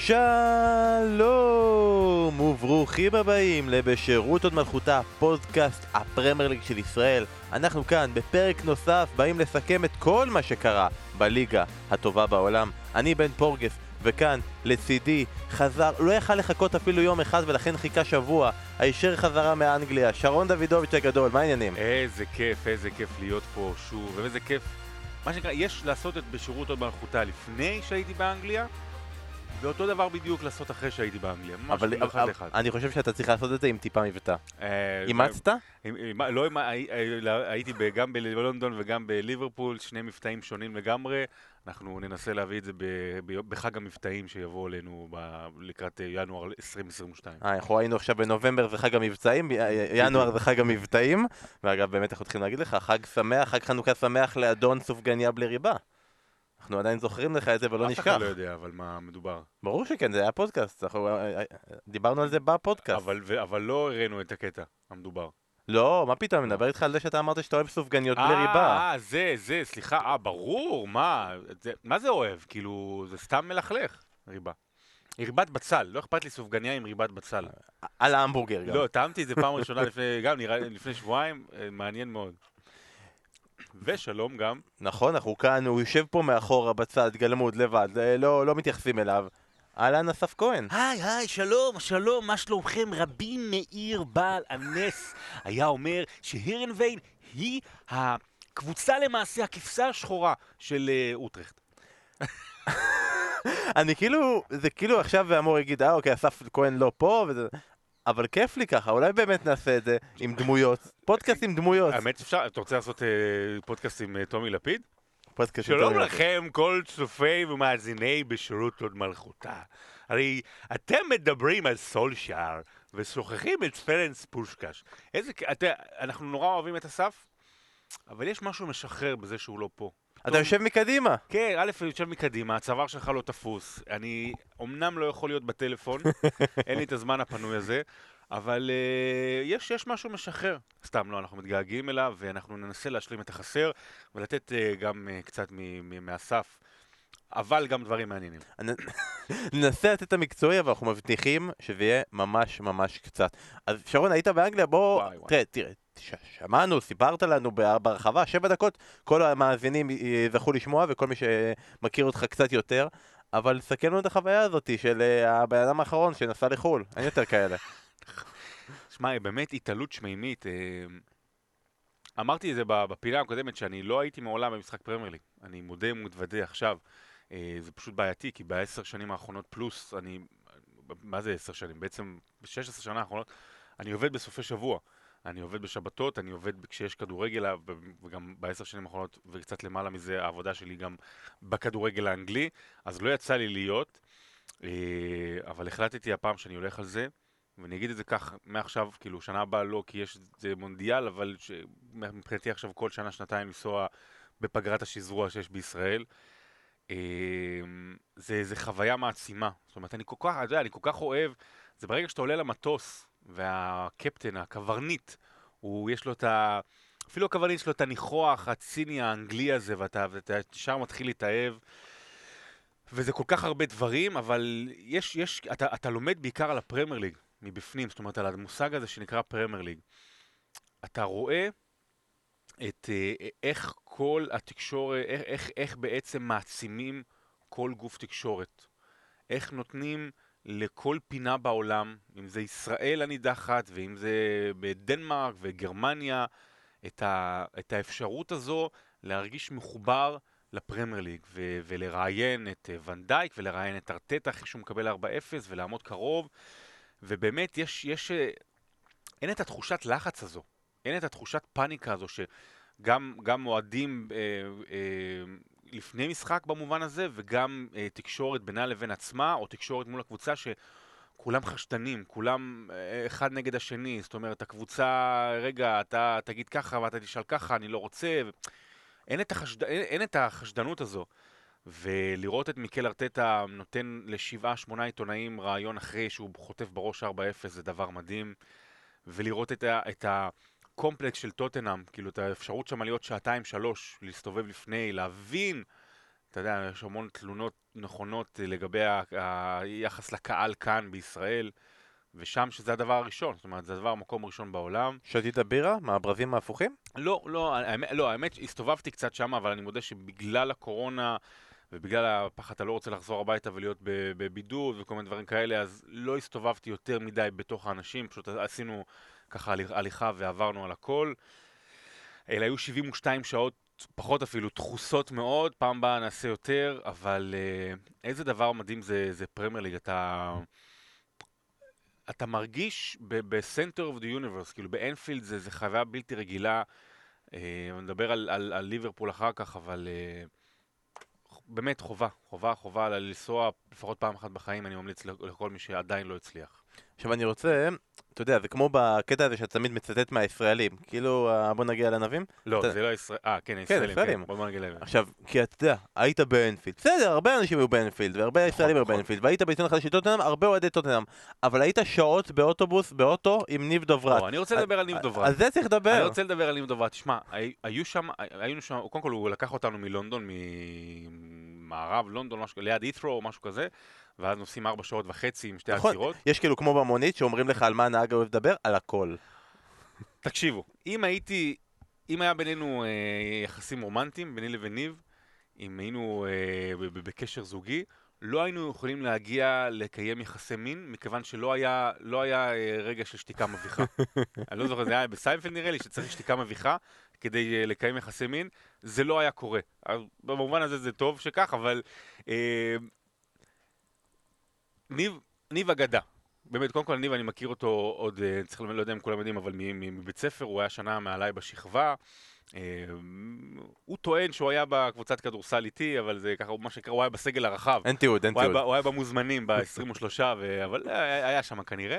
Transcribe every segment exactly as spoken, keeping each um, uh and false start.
שלום וברוכים הבאים לבשירות עוד מלכותה, פודקאסט הפרמייר ליג של ישראל. אנחנו כאן בפרק נוסף באים לסכם את כל מה שקרה בליגה הטובה בעולם. אני בן פורגס וכאן לצידי חזר, לא יכל לחכות אפילו יום אחד ולכן חיכה שבוע, הישר חזרה מאנגליה, שרון דוידוביץ' הגדול. מה העניינים? איזה כיף, איזה כיף להיות פה שוב, ואיזה כיף, מה שנקרא, יש לעשות את בשירות עוד מלכותה לפני שהייתי באנגליה, ואותו דבר בדיוק לעשות אחרי שהייתי באנגליה, ממש אבל, אחד לאחד. אני חושב שאתה צריך לעשות את זה עם טיפה מבטא. אימצת? לא, הייתי גם בלונדון וגם בליברפול, שני מבטאים שונים לגמרי. אנחנו ננסה להביא את זה בחג המבטאים שיבוא אלינו לקראת ינואר עשרים עשרים ושתיים. אנחנו היינו עכשיו בנובמבר זה חג המבצעים, ינואר זה חג המבטאים, ואגב באמת אנחנו צריכים להגיד לך, חג שמח, חג חנוכה שמח לאדון סופגניה בלי ריבה. אנחנו עדיין זוכרים לך את זה ולא נשכח. אף אחד לא יודע, אבל מה מדובר? ברור שכן, זה היה פודקאסט, אנחנו דיברנו על זה בפודקאסט. אבל, אבל לא הראינו את הקטע המדובר. לא, מה פתאום, אני מדבר איתך על זה שאתה אמרת שאתה אוהב סופגניות בלי ריבה. אה, זה, זה, סליחה, אה, ברור, מה? זה, מה זה אוהב? כאילו, זה סתם מלכלך, ריבה. ריבת בצל, לא אכפת לי סופגניה עם ריבת בצל. על ההמבורגר גם. לא, טעמתי את זה פעם ראשונה לפני, גם נראה לפני שבועיים, מעניין מאוד. ושלום גם. נכון, אנחנו כאן, הוא יושב פה מאחורה בצד, גלמוד, לבד, לא, לא מתייחסים אליו. אהלן אסף כהן. היי, היי, שלום, שלום, מה שלומכם? רבי מאיר בעל הנס היה אומר שהירנביין היא הקבוצה למעשה, הכבשה השחורה של אוטרחט. אני כאילו, זה כאילו עכשיו ואמור יגיד, אה אוקיי, אסף כהן לא פה, וזה... אבל כיף לי ככה, אולי באמת נעשה את זה עם דמויות, פודקאסט עם דמויות. האמת אפשר, אתה רוצה לעשות פודקאסט עם טומי לפיד? שלום לכם כל צופי ומאזיני בשירות עוד מלכותה. הרי אתם מדברים על סולשאר ושוכחים את פרנס פושקש. איזה, אתה, אנחנו נורא אוהבים את אסף, אבל יש משהו משחרר בזה שהוא לא פה. אתה יושב מקדימה. כן, א', אני יושב מקדימה, הצוואר שלך לא תפוס. אני אומנם לא יכול להיות בטלפון, אין לי את הזמן הפנוי הזה, אבל uh, יש, יש משהו משחרר. סתם לא, אנחנו מתגעגעים אליו, ואנחנו ננסה להשלים את החסר, ולתת uh, גם uh, קצת מהסף, אבל גם דברים מעניינים. ננסה לתת את המקצועי, אבל אנחנו מבטיחים שזה יהיה ממש ממש קצת. אז שרון, היית באנגליה, בוא... תראה, תראה. שמענו, סיפרת לנו בהרחבה, שבע דקות, כל המאזינים זכו לשמוע וכל מי שמכיר אותך קצת יותר, אבל סכם לנו את החוויה הזאת של הבן אדם האחרון שנסע לחול, אין יותר כאלה. שמע, באמת התעלות שמימית, אמרתי את זה בפינה הקודמת שאני לא הייתי מעולם במשחק פרמייר ליג, אני מודה ומתוודה עכשיו, זה פשוט בעייתי כי בעשר שנים האחרונות פלוס, אני, מה זה עשר שנים? בעצם בשש עשרה שנה האחרונות אני עובד בסופי שבוע. אני עובד בשבתות, אני עובד כשיש כדורגל, וגם בעשר שנים האחרונות, וקצת למעלה מזה, העבודה שלי גם בכדורגל האנגלי, אז לא יצא לי להיות, אבל החלטתי הפעם שאני הולך על זה, ואני אגיד את זה כך, מעכשיו, כאילו, שנה הבאה לא, כי יש זה מונדיאל, אבל מבחינתי עכשיו כל שנה, שנתיים לנסוע בפגרת השזרוע שיש בישראל, זה, זה חוויה מעצימה, זאת אומרת, אני כל כך, אני יודע, אני כל כך אוהב, זה ברגע שאתה עולה למטוס, והקפטן, הקברניט, הוא יש לו את ה... אפילו הקברניט יש לו את הניחוח הציני האנגלי הזה, ואתה, ואתה שם מתחיל להתאהב, וזה כל כך הרבה דברים, אבל יש, יש, אתה, אתה לומד בעיקר על הפרמייר ליג, מבפנים, זאת אומרת, על המושג הזה שנקרא פרמייר ליג. אתה רואה את איך כל התקשורת, איך, איך, איך בעצם מעצימים כל גוף תקשורת. איך נותנים לכל פינה בעולם, אם זה ישראל הנידחת, ואם זה בדנמרק וגרמניה, את, ה, את האפשרות הזו להרגיש מחובר לפרמייר ליג, ו- ולראיין את ונדייק, ולראיין את ארטטה, אחרי שהוא מקבל ארבע אפס, ולעמוד קרוב, ובאמת יש, יש, אין את התחושת לחץ הזו, אין את התחושת פאניקה הזו, שגם גם מועדים אה, אה, לפני משחק במובן הזה, וגם אה, תקשורת בינה לבין עצמה, או תקשורת מול הקבוצה שכולם חשדנים, כולם אה, אחד נגד השני, זאת אומרת, הקבוצה, רגע, אתה תגיד ככה ואתה תשאל ככה, אני לא רוצה, ו... אין, את החשד... אין, אין את החשדנות הזו, ולראות את מיקל ארטטה נותן לשבעה, שמונה עיתונאים רעיון אחרי שהוא חוטף בראש ארבע אפס, זה דבר מדהים, ולראות את ה... את ה... קומפלקס של טוטנהאם, כאילו את האפשרות שם להיות שעתיים שלוש, להסתובב לפני, להבין אתה יודע, יש המון תלונות נכונות לגבי ה- היחס לקהל כאן בישראל, ושם שזה הדבר הראשון, זאת אומרת, זה הדבר המקום הראשון בעולם. שתית בירה? מה, הברזים ההפוכים? לא, לא, האמת, לא, האמת, הסתובבתי קצת שם, אבל אני מודה שבגלל הקורונה, ובגלל הפחד, אתה לא רוצה לחזור הביתה ולהיות ב- בבידוד וכל מיני דברים כאלה, אז לא הסתובבתי יותר מדי בתוך האנשים, פשוט עשינו ככה הליכה הליכה ועברנו על הכל. אלה היו שבעים ושתיים שעות, פחות אפילו, דחוסות מאוד, פעם באה נעשה יותר, אבל uh, איזה דבר מדהים זה, זה פרמייר ליג, אתה... אתה מרגיש ב-center of the universe, כאילו באנפילד זה, זה חוויה בלתי רגילה, uh, נדבר על, על, על ליברפול אחר כך, אבל uh, באמת חובה, חובה, חובה לנסוע לפחות פעם אחת בחיים, אני ממליץ לכל מי שעדיין לא הצליח. עכשיו אני רוצה, אתה יודע, זה כמו בקטע הזה שאתה תמיד מצטט מהישראלים, כאילו, אה, בוא נגיע לנבים. לא, אתה... זה לא ישראל... אה, כן, הישראלים, ישראלים. כן, בוא נגיע להם. עכשיו, כי אתה יודע, היית באנפילד, בסדר, הרבה אנשים היו באנפילד, והרבה ישראלים היו באנפילד, והיית בעיתון אחד של טוטנהאם, הרבה אוהדי טוטנהאם, אבל היית שעות באוטובוס, באוטו, עם ניב דוברת. אני רוצה לדבר על ניב דוברת. על זה צריך לדבר. אני רוצה לדבר על ניב דוברת. תשמע, היו שם, היינו שם, קודם כל הוא לקח אותנו מלונדון, ממערב לונדון, משהו, ליד אית'רו או משהו כזה, ואז נוסעים ארבע שעות וחצי עם שתי עצירות. יש כאילו כמו במונית שאומרים לך על מה הנהג אוהב לדבר, על הכל. תקשיבו, אם הייתי, אם היה בינינו אה, יחסים רומנטיים, ביני לבין ניב, אם היינו אה, בקשר זוגי, לא היינו יכולים להגיע לקיים יחסי מין, מכיוון שלא היה, לא היה אה, רגע של שתיקה מביכה. אני לא זוכר, זה היה בסיינפלד נראה לי, שצריך שתיקה מביכה כדי אה, לקיים יחסי מין, זה לא היה קורה. אז במובן הזה זה טוב שכך, אבל אה, ניב, ניב אגדה. באמת, קודם כל ניב, אני מכיר אותו עוד, צריך לא יודע אם כולם יודעים, אבל מבית ספר, הוא היה שנה מעליי בשכבה. הוא טוען שהוא היה בקבוצת כדורסל איתי, אבל זה ככה, מה שקרה, הוא היה בסגל הרחב. אין תיעוד, אין תיעוד. הוא היה במוזמנים, ב-עשרים ושלוש, אבל היה שם כנראה.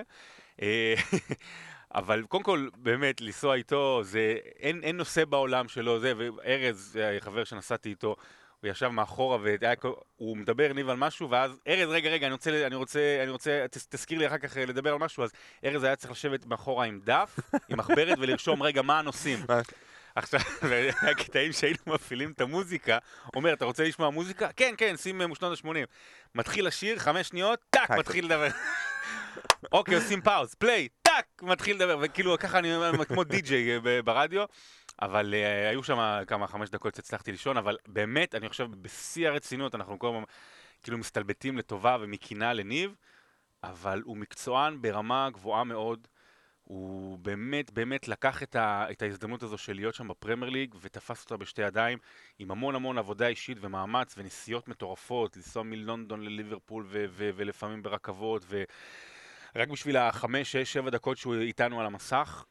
אבל קודם כל, באמת, לנסוע איתו, אין נושא בעולם שלו, זה, וארז, חבר שנסעתי איתו, הוא ישב מאחורה והוא מדבר ניב על משהו, ואז ארז, רגע, רגע, אני רוצה, אני רוצה, אני רוצה, תזכיר לי אחר כך לדבר על משהו, אז ארז היה צריך לשבת מאחורה עם דף, עם מחברת ולרשום, רגע, מה הנושאים? עכשיו, והקטעים שהיינו מפעילים את המוזיקה, אומר, אתה רוצה לשמוע מוזיקה? כן, כן, שים משנות ה-שמונים. מתחיל לשיר, חמש שניות, טק, מתחיל לדבר. אוקיי, עושים פאוז, פליי, טק, מתחיל לדבר, וכאילו ככה אני אומר, כמו די-ג'יי ברדיו. אבל uh, היו שם כמה חמש דקות שהצלחתי לישון, אבל באמת, אני חושב, בשיא הרצינות, אנחנו כל הזמן כאילו מסתלבטים לטובה ומקינה לניב, אבל הוא מקצוען ברמה גבוהה מאוד, הוא באמת, באמת לקח את, ה, את ההזדמנות הזו של להיות שם בפרמייר ליג, ותפס אותה בשתי ידיים, עם המון המון עבודה אישית ומאמץ, ונסיעות מטורפות, לנסוע מלונדון לליברפול, ו- ו- ולפעמים ברכבות, ורק בשביל החמש, שש, שבע דקות שהוא איתנו על המסך,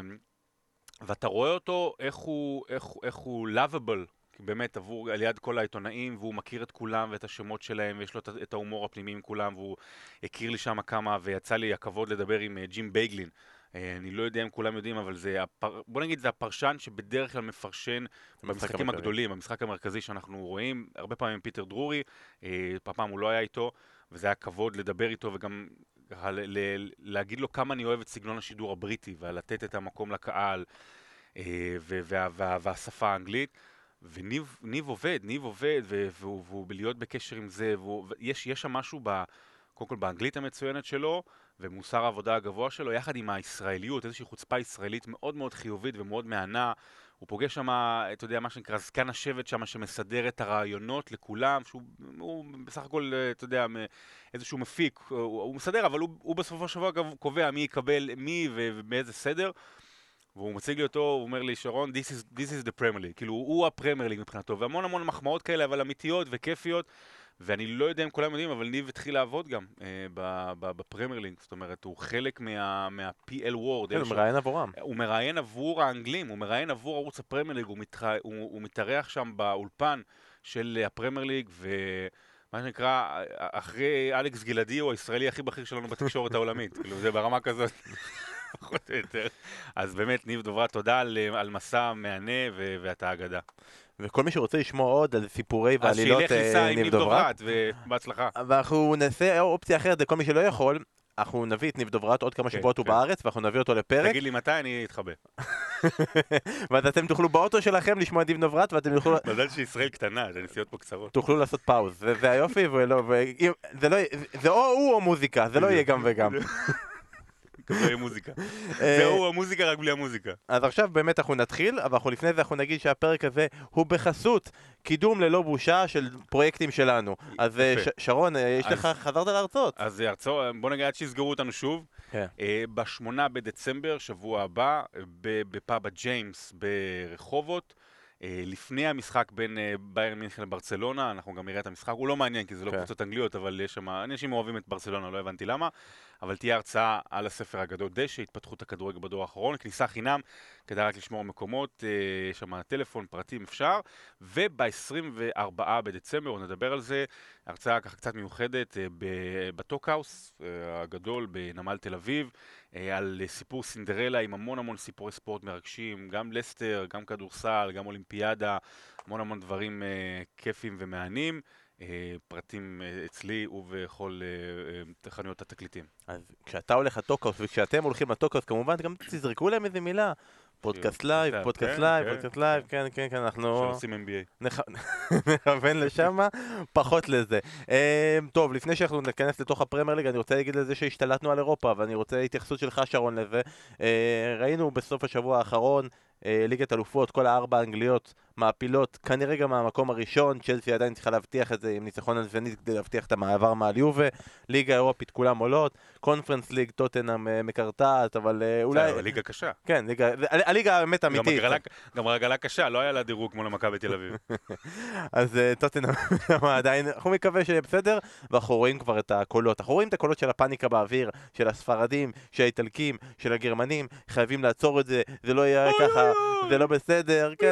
ואתה רואה אותו, איך הוא, איך, איך הוא lovable, באמת עבור, על יד כל העיתונאים, והוא מכיר את כולם ואת השמות שלהם, ויש לו את, את ההומור הפנימי עם כולם, והוא הכיר לי שם כמה, ויצא לי הכבוד לדבר עם uh, ג'ים בייגלין. Uh, אני לא יודע אם כולם יודעים, אבל זה, הפר, בוא נגיד, זה הפרשן שבדרך כלל מפרשן במשחקים הגדולים, המשחק המרכזי שאנחנו רואים, הרבה פעמים פיטר דרורי, uh, פעם הוא לא היה איתו, וזה היה כבוד לדבר איתו, וגם ל- ל- להגיד לו כמה אני אוהב את סגנון השידור הבריטי, ולתת את המקום לקהל, ו- וה- וה- והשפה האנגלית, וניב ניב עובד, ניב עובד, והוא, והוא להיות בקשר עם זה, ויש יש שם משהו, ב, קודם כל באנגלית המצוינת שלו, ומוסר העבודה הגבוה שלו, יחד עם הישראליות, איזושהי חוצפה ישראלית מאוד מאוד חיובית ומאוד מענה. הוא פוגש שם, אתה יודע, מה שנקרא, זקן השבט שם, שמסדר את הרעיונות לכולם, שהוא הוא, בסך הכל, אתה יודע, איזשהו מפיק, הוא, הוא מסדר, אבל הוא, הוא בסופו של דבר קובע מי יקבל מי ובאיזה סדר, והוא מציג לי אותו, הוא אומר לי, שרון, this is, this is the Premier League, כאילו, הוא הפרמייר ליג מבחינתו, והמון המון מחמאות כאלה, אבל אמיתיות וכיפיות, ואני לא יודע אם כולם יודעים, אבל ניב התחיל לעבוד גם אה, בפרמייר ליג, זאת אומרת, הוא חלק מה, מה-פי אל World. הוא מראיין עבורם. הוא מראיין עבור האנגלים, הוא מראיין עבור ערוץ הפרמייר ליג, הוא, מתרא, הוא, הוא מתארח שם באולפן של הפרמייר ליג, ומה שנקרא, אחרי אלכס גלעדי, הוא הישראלי הכי בכיר שלנו בתקשורת העולמית, כאילו, זה ברמה כזאת. פחות או יותר. אז באמת, ניב דוברת, תודה על, על מסע מענה ואתה אגדה. וכל מי שרוצה לשמוע עוד על סיפורי ועלילות ניב דוברת, ובהצלחה. ואנחנו נעשה אופציה אחרת, זה כל מי שלא יכול, אנחנו נביא את ניב דוברת עוד כמה כן, שבועות הוא כן. בארץ, ואנחנו נביא אותו לפרק. תגיד לי מתי, אני אתחבא. ואז אתם תוכלו באוטו שלכם לשמוע את ניב דוברת, ואתם תוכלו... מזל שישראל קטנה, הנסיעות פה קצרות. תוכלו לעשות פאוז, זה, זה היופי, ולא, ואם, זה, לא, זה או הוא או מוזיקה, זה לא יהיה גם וגם. לא יהיה מוזיקה. זהו המוזיקה רק בלי המוזיקה. אז עכשיו באמת אנחנו נתחיל, אבל אנחנו לפני זה אנחנו נגיד שהפרק הזה הוא בחסות קידום ללא בושה של פרויקטים שלנו. אז ש- שרון, יש לך, חזרת להרצות. אז הרצות, בוא נגיד עד שיסגרו אותנו שוב. בשמונה בדצמבר, שבוע הבא, בפאב הג'יימס ברחובות. לפני המשחק בין ביירן מינכן לברצלונה, אנחנו גם נראה את המשחק, הוא לא מעניין כי זה לא קבוצות אנגליות, אבל יש שם, אנשים אוהבים את ברצלונה, לא הבנתי למה, אבל תהיה הרצאה על הספר הגדול דשא, התפתחות הכדורגל בדור האחרון, כניסה חינם, כדי רק לשמור מקומות, יש שם טלפון, פרטים אפשר, וב-עשרים וארבעה בדצמבר, נדבר על זה, הרצאה ככה קצת מיוחדת בטוקהאוס הגדול בנמל תל אביב, על סיפור סינדרלה עם המון המון סיפורי ספורט מרגשים, גם לסטר, גם כדורסל, גם אולימפיאדה, המון המון דברים כיפים ומעניינים, פרטים אצלי ובכל חנויות התקליטים. אז כשאתה הולך לטוקהאוס וכשאתם הולכים לטוקהאוס, כמובן גם תזרקו להם איזה מילה. פודקאסט לייב, פודקאסט לייב, פודקאסט לייב, כן, כן, כן, אנחנו... שעושים אם בי איי. נכוון לשם, פחות לזה. טוב, לפני שאנחנו ניכנס לתוך הפרמייר ליג, אני רוצה להגיד לזה שהשתלטנו על אירופה, ואני רוצה התייחסות שלך, שרון, לזה. ראינו בסוף השבוע האחרון, ליגת אלופות, כל הארבע האנגליות מעפילות, כנראה גם מהמקום הראשון, צ'לסי עדיין צריכה להבטיח את זה עם ניצחון על ונית כדי להבטיח את המעבר מעל יובה, ליגה אירופית כולם עולות, קונפרנס ליג, טוטנהאם מקרטעת, אבל אולי... זה ליגה קשה. כן, הליגה האמת אמיתית. גם הגרלה קשה, לא היה לה דירוג כמו למכבי תל אביב. אז טוטנהאם עדיין, אנחנו מקווה שיהיה בסדר, ואנחנו רואים כבר את הקולות, אנחנו רואים את הקולות של הפאניקה באוויר, של הספרדים, של האיטלקים, של הגרמנים, חייבים לעצור את זה, זה לא יהיה ככה, זה לא בסדר, כן.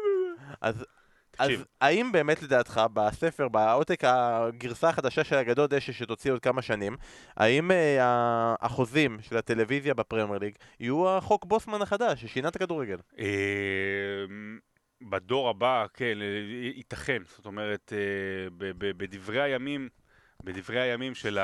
אז, אז האם באמת לדעתך בספר, בעותק הגרסה החדשה של הגדול דשא שתוציא עוד כמה שנים, האם אה, החוזים של הטלוויזיה בפרמייר ליג יהיו החוק בוסמן החדש ששינה את הכדורגל? אה, בדור הבא, כן, ייתכן, זאת אומרת, אה, ב- ב- בדברי הימים, בדברי הימים של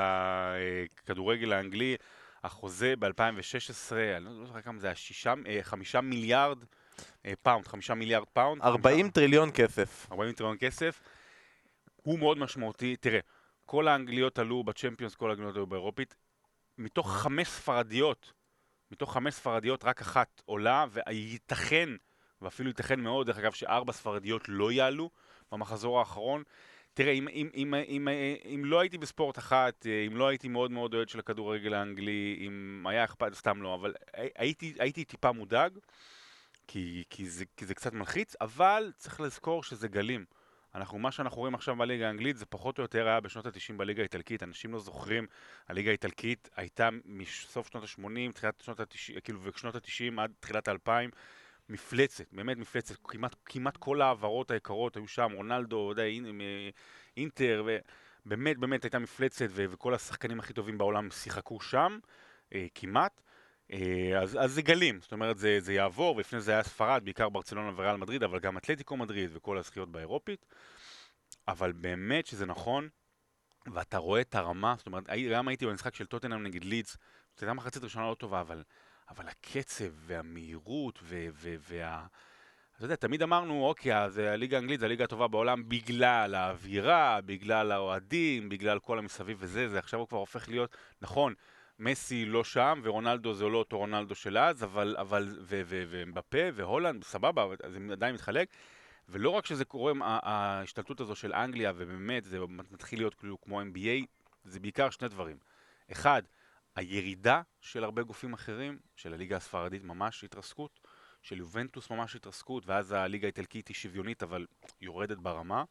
הכדורגל האנגלי, החוזה ב-אלפיים ושש עשרה, אני לא זוכר כמה זה היה, שישה, אה, חמישה מיליארד פאונד, חמישה מיליארד פאונד. ארבעים טריליון כסף. ארבעים טריליון כסף. הוא מאוד משמעותי. תראה, כל האנגליות עלו בצ'מפיונס, כל האנגליות עלו באירופית. מתוך חמש ספרדיות, מתוך חמש ספרדיות רק אחת עולה, וייתכן, ואפילו ייתכן מאוד, דרך אגב, שארבע ספרדיות לא יעלו במחזור האחרון. תראה, אם, אם, אם, אם, אם לא הייתי בספורט אחת, אם לא הייתי מאוד מאוד אוהד של הכדורגל האנגלי, אם היה אכפת, סתם לא, אבל הייתי, הייתי טיפה מודאג, כי, כי, זה, כי זה קצת מלחיץ, אבל צריך לזכור שזה גלים. אנחנו, מה שאנחנו רואים עכשיו בליגה האנגלית זה פחות או יותר היה בשנות ה-תשעים בליגה האיטלקית. אנשים לא זוכרים, הליגה האיטלקית הייתה מסוף שנות ה-שמונים, תחילת שנות ה-תשעים, כאילו ושנות ה-תשעים עד תחילת ה-אלפיים, מפלצת, באמת מפלצת. כמעט, כמעט כל העברות היקרות היו שם, רונלדו, יודע, אינטר, ובאמת, באמת הייתה מפלצת, ו- וכל השחקנים הכי טובים בעולם שיחקו שם, אה, כמעט. אז, אז זה גלים, זאת אומרת זה, זה יעבור, ולפני זה היה ספרד, בעיקר ברצלונה וריאל מדריד, אבל גם אתלטיקו מדריד וכל הזכיות באירופית, אבל באמת שזה נכון, ואתה רואה את הרמה, זאת אומרת, גם הייתי במשחק של טוטנהאם נגד לידס, זאת הייתה מחצית ראשונה לא טובה, אבל, אבל הקצב והמהירות ו, ו, וה... אתה יודע, תמיד אמרנו, אוקיי, אז הליגה האנגלית זה הליגה הטובה בעולם בגלל האווירה, בגלל האוהדים, בגלל כל המסביב וזה, זה עכשיו הוא כבר הופך להיות, נכון, מסי לא שם, ורונלדו זה לא אותו רונלדו של אז, אבל, אבל, ומבפה, והולנד, סבבה, זה עדיין מתחלק, ולא רק שזה קורה, ההשתלטות הזו של אנגליה, ובאמת זה מתחיל להיות כמו אם בי איי, זה בעיקר שני דברים. אחד, הירידה של הרבה גופים אחרים, של הליגה הספרדית ממש התרסקות, של יובנטוס ממש התרסקות, ואז הליגה האיטלקית היא שוויונית, אבל יורדת ברמה,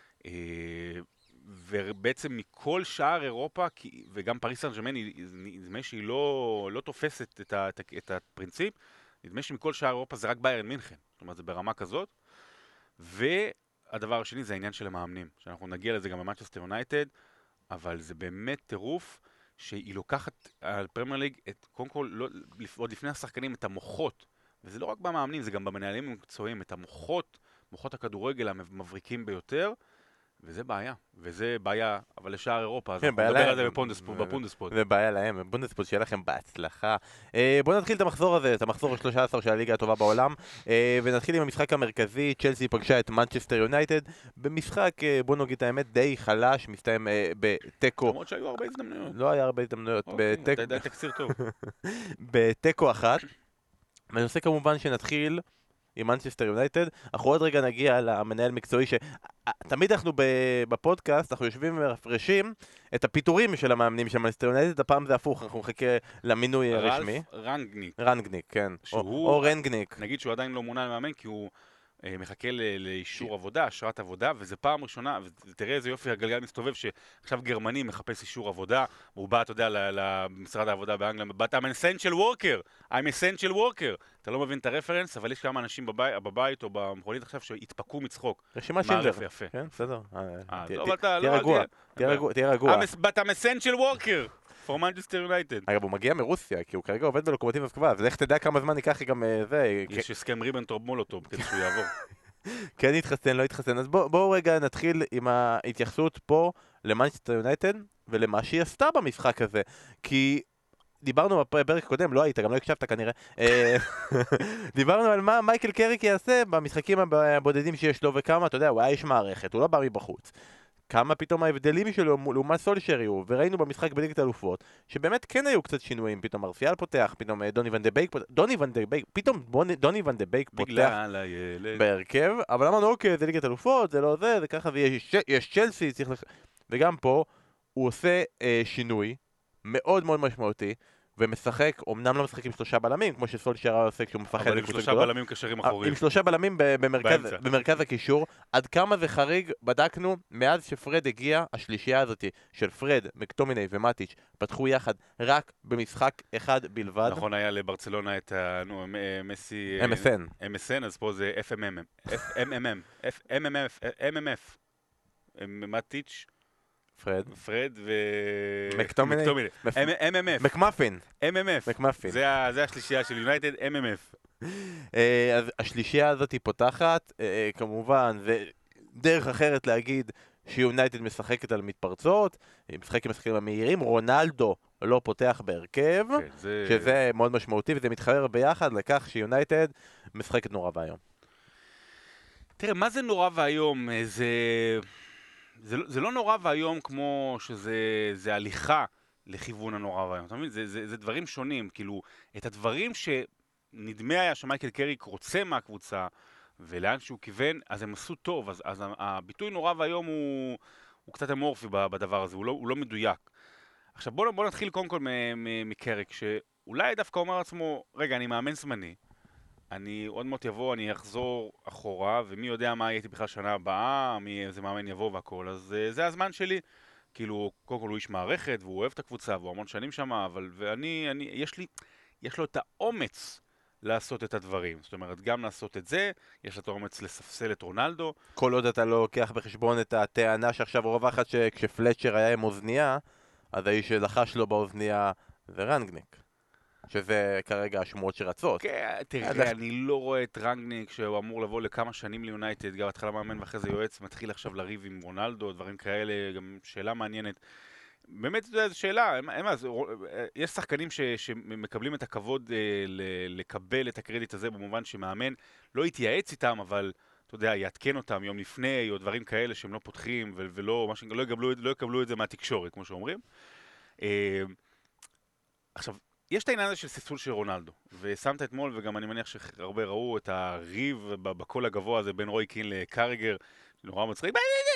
ובעצם מכל שאר אירופה, וגם פריס סן ז'רמן, נדמה שהיא לא, לא תופסת את, ה, את הפרינציפ, נדמה שמכל שאר אירופה זה רק ביירן מינכן, זאת אומרת זה ברמה כזאת, והדבר השני זה העניין של המאמנים, שאנחנו נגיע לזה גם במנצ'סטר יונייטד, אבל זה באמת טירוף שהיא לוקחת על פרמייר ליג, את, קודם כל, לא, עוד לפני השחקנים, את המוחות, וזה לא רק במאמנים, זה גם במנהלים המקצועיים, את המוחות, מוחות הכדורגל המבריקים ביותר, וזה בעיה, וזה בעיה, אבל לשאר אירופה, אז כן, אנחנו בעיה נדבר להם. על זה בפונדספוט, בפונדספוט. זה בעיה להם, בונדספוט, שיהיה לכם בהצלחה. אה, בואו נתחיל את המחזור הזה, את המחזור ה-שלוש עשרה של הליגה הטובה בעולם, אה, ונתחיל עם המשחק המרכזי. צ'לסי פגשה את מנצ'סטר יונייטד, במשחק, אה, בואו נגיד את האמת, די חלש, מסתיים אה, בתיקו. למרות שהיו הרבה הזדמנויות. לא היה הרבה הזדמנויות. אוקיי, בתיק- אתה יודע תקציר טוב. בתיקו אחת. ואני רוצה כמובן שנתחיל עם מנצ'סטר יונייטד. אנחנו עוד רגע נגיע למנהל מקצועי שתמיד אנחנו ב- בפודקאסט, אנחנו יושבים ומפרשים את הפיטורים של המאמנים של מנצ'סטר יונייטד, הפעם זה הפוך, אנחנו מחכה למינוי הרשמי. רלף רנגניק, רנגניק, כן. או, שהוא- או רנגניק. נגיד שהוא עדיין לא מונה למאמן כי הוא אה, מחכה ל- לאישור עבודה, אשרת עבודה, וזה פעם ראשונה, ותראה איזה יופי הגלגל מסתובב, שעכשיו גרמני מחפש אישור עבודה, והוא בא, אתה יודע, ל- למשרד העבודה באנגליה, but I'm an essential worker, I'm essential worker. אתה לא מבין את הרפרנס, אבל יש כמה אנשים בבית, בבית או במכונית עכשיו שהתפקו מצחוק. רשימת שינדר. מערף יפה. כן, בסדר. אה, אה, תה- טוב, תה- אתה תהיה לא- רגוע, תהיה- תהיה רגוע, תהיה רגוע. I'm a- but I'm essential worker for Manchester United. אגב, הוא מגיע מרוסיה, כי הוא כרגע עובד בלוקומוטיב מוסקבה, אז איך תדע כמה זמן ייקח גם אה, זה... יש הסכם ריבנטרופ מולוטוב כדי שהוא יעבור. כן התחסן, לא התחסן. אז בואו בוא רגע נתחיל עם ההתייחסות פה למנצ'סטר יונייטד ולמה שהיא עשתה במשחק הזה. כי דיברנו בפרק קודם, לא היית, גם לא הקשבת כנראה. אה, דיברנו על מה מייקל קריק יעשה במשחקים הבודדים שיש לו וכמה, אתה יודע, הוא היה איש מערכת, הוא לא בא מבחוץ. כמה פתאום ההבדלים שלו לעומת סולשר היו, וראינו במשחק בליגת האלופות, שבאמת כן היו קצת שינויים, פתאום מרסיאל פותח, פתאום דוני ון דה בייק פותח, דוני ון דה בייק, פתאום בוני- דוני ון דה בייק פותח בגלל הילד. בהרכב, אבל אמרנו אוקיי, זה ליגת אלופות, זה לא זה, זה ככה, ויש יש צ'לסי, צריך לח... וגם פה הוא עושה אה, שינוי מאוד מאוד משמעותי, ומשחק, אמנם לא משחק עם שלושה בלמים, כמו שסולשר עושה כשהוא מפחד אבל עם מקבוצות שלושה גדולות. בלמים קשרים עם אחוריים. שלושה בלמים ב- במרכז, באמצע. במרכז הקישור. עד כמה זה חריג, בדקנו, מאז שפרד הגיע, השלישייה הזאת של פרד, מקטומיני ומטיץ' פתחו יחד רק במשחק אחד בלבד. נכון, היה לברצלונה את ה... נו, מ- מסי... אם אס אן. אם אס אן, אז פה זה אף אם אם. אף אם אם. אם אם אף. אם אם אף. מטיץ', פרד. פרד ו... מקטומיני. מפ- אם אם אף. מקמפין. אם אם אף. מקמפין. זה ה- זה השלישייה של יונייטד, אם אם אף. אה, אז השלישייה הזאת היא פותחת, אה, אה, כמובן, זה דרך אחרת להגיד שיונייטד משחקת על מתפרצות, היא משחקת עם השחקנים המהירים, רונלדו לא פותח בהרכב, כן, זה... שזה מאוד משמעותי, וזה מתחבר ביחד לכך שיונייטד משחקת נורא והיום. תראה, מה זה נורא והיום? אה, זה... זה, לא- זה לא נורא והיום כמו שזה זה הליכה לכיוון הנורא והיום, אתה מבין? זה, זה, זה דברים שונים, כאילו, את הדברים שנדמה היה שמייקל קריק רוצה מהקבוצה, ולאן שהוא כיוון, אז הם עשו טוב, אז, אז הביטוי נורא והיום הוא, הוא קצת אמורפי ב- בדבר הזה, הוא לא, הוא לא מדויק. עכשיו בוא, בוא נתחיל קודם כל מ- מ- מקריק, שאולי דווקא אומר לעצמו, רגע, אני מאמן זמני, אני עוד מעט יבוא, אני אחזור אחורה, ומי יודע מה הייתי בכלל שנה הבאה, מי איזה מאמן יבוא והכל, אז uh, זה הזמן שלי. כאילו, קודם כל הוא איש מערכת, והוא אוהב את הקבוצה, והוא המון שנים שם, אבל, ואני, אני, יש לי, יש לו את האומץ לעשות את הדברים. זאת אומרת, גם לעשות את זה, יש לו את האומץ לספסל את רונלדו. כל עוד אתה לא לוקח בחשבון את הטענה שעכשיו רווחת שכשפלצ'ר היה עם אוזנייה, אז האיש שלחש לו באוזנייה זה רנגניק. שזה כרגע השמועות שרצות. כן, אז- תראה, אני לא רואה את רנגניק שהוא אמור לבוא לכמה שנים ליונייטד, גם התחלה מאמן ואחרי זה יועץ, מתחיל עכשיו לריב עם רונלדו, דברים כאלה, גם שאלה מעניינת. באמת, אתה יודע, זו שאלה, אין- אין מה, זה- יש שחקנים ש- שמקבלים את הכבוד אה, ל- לקבל את הקרדיט הזה, במובן שמאמן לא יתייעץ איתם, אבל אתה יודע, יעדכן אותם יום לפני, או דברים כאלה שהם לא פותחים, ו- ולא, מה ש- לא יקבלו, את- לא יקבלו את זה מהתקשורת, כמו שאומרים. אה, עכשיו, יש את העניין הזה של ספסול של רונלדו, ושמת אתמול, וגם אני מניח שהרבה ראו את הריב ב- בקול הגבוה הזה בין רוי קין לקריגר, נורא מצחיק.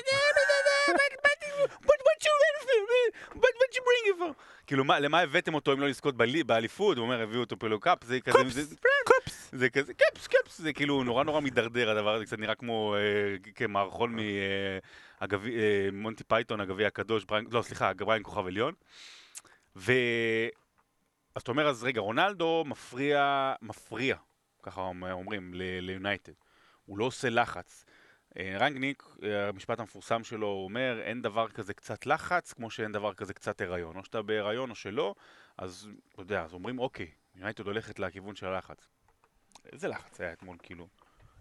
כאילו, מה- למה הבאתם אותו אם לא לזכות בלי- באליפות? הוא אומר, הביאו אותו פה לקאפ, זה כזה... זה- קופס! זה כזה, קפס, קפס, זה כאילו נורא נורא מידרדר הדבר הזה, קצת נראה כמו אה, כמערכון ממונטי פייתון, הגביע הקדוש, בריין- לא סליחה, בריין כוכב עליון. ו... אז אתה אומר, אז רגע, רונלדו מפריע, מפריע, ככה אומרים, ל- ליונייטד. הוא לא עושה לחץ. אה, רנגניק, אה, המשפט המפורסם שלו, הוא אומר, אין דבר כזה קצת לחץ, כמו שאין דבר כזה קצת הריון. או שאתה בהיריון או שלא, אז אתה יודע, אז אומרים, אוקיי, יונייטד הולכת לכיוון של הלחץ. איזה לחץ היה אתמול, כאילו?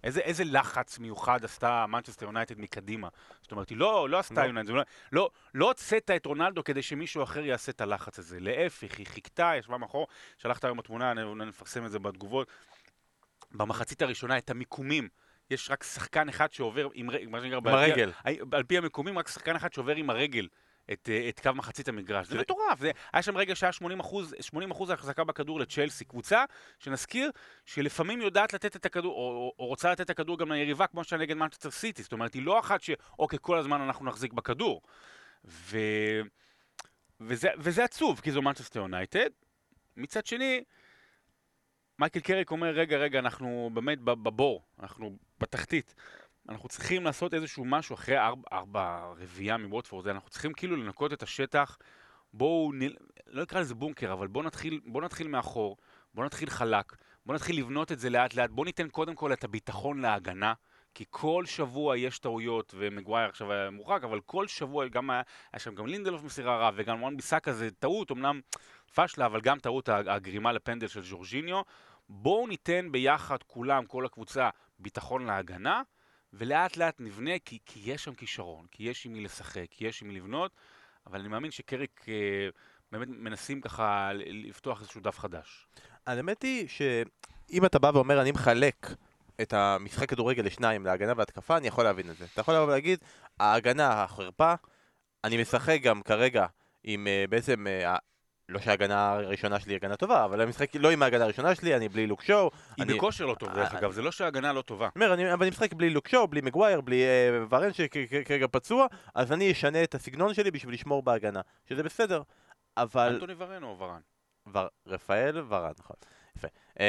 איזה, איזה לחץ מיוחד עשתה מנצ'סטר יונייטד מקדימה? זאת אומרת, היא לא, לא עשתה לא. יונייטד, לא, לא, לא הוצאת את רונלדו כדי שמישהו אחר יעשה את הלחץ הזה. להפך, היא חיכתה, ישבה מאחור, שלחת היום התמונה, נפרסם את זה בתגובות. במחצית הראשונה, את המיקומים, יש רק שחקן אחד שעובר עם, מה שנקרא, עם הרגל. על פי המיקומים, רק שחקן אחד שעובר עם הרגל את, את קו מחצית המגרש. זה מטורף. זה, היה שם רגע שהיה שמונים אחוז, שמונים אחוז ההחזקה בכדור לצ'לסי. קבוצה שנזכיר שלפעמים יודעת לתת את הכדור, או, או, או רוצה לתת את הכדור גם ליריבה, כמו שהיה נגד מנצ'סטר סיטי. זאת אומרת, היא לא אחת שאוקיי, כל הזמן אנחנו נחזיק בכדור. ו... וזה, וזה עצוב, כי זו מנצ'סטר יונייטד. מצד שני, מייקל קריק אומר, רגע, רגע, אנחנו באמת בבור, אנחנו בתחתית. אנחנו צריכים לעשות איזשהו משהו אחרי ארבע, ארבע רביעייה מווטפורד, אנחנו צריכים כאילו לנקות את השטח, בואו, לא נקרא לזה בונקר, אבל בואו נתחיל, בואו נתחיל מאחור, בואו נתחיל חלק, בואו נתחיל לבנות את זה לאט לאט, בואו ניתן קודם כל את הביטחון להגנה, כי כל שבוע יש טעויות, ומגווייר עכשיו היה מורחק, אבל כל שבוע גם היה, היה שם גם לינדלוף מסירה רע, וגם וואן ביסאקה זה טעות, אמנם פשלה, אבל גם טעות הגרימה לפנדל של ז'ורג'יניו. בואו ניתן ביחד כולם, כל הקבוצה, ביטחון להגנה, ולאט לאט נבנה, כי, כי יש שם כישרון, כי יש עם מי לשחק, כי יש עם מי לבנות, אבל אני מאמין שקריק אה, באמת מנסים ככה לפתוח איזשהו דף חדש. האמת היא שאם אתה בא ואומר, אני מחלק את המשחק כדורגל לשניים, להגנה והתקפה, אני יכול להבין את זה. אתה יכול לבוא ולהגיד, ההגנה החרפה, אני משחק גם כרגע עם uh, בעצם, uh, לא שההגנה הראשונה שלי היא הגנה טובה, אבל אני משחק לא עם ההגנה הראשונה שלי, אני בלי לוק שואו. היא אני... בכושר לא טוב, דרך אגב, זה לא שההגנה לא טובה. אומר, אני, אבל אני משחק בלי לוק שואו, בלי מגווייר, בלי uh, ורן שכרגע פצוע, אז אני אשנה את הסגנון שלי בשביל לשמור בהגנה, שזה בסדר. אבל... אנטוני ורן או ורן? ור... רפאל ורן, נכון. יפה.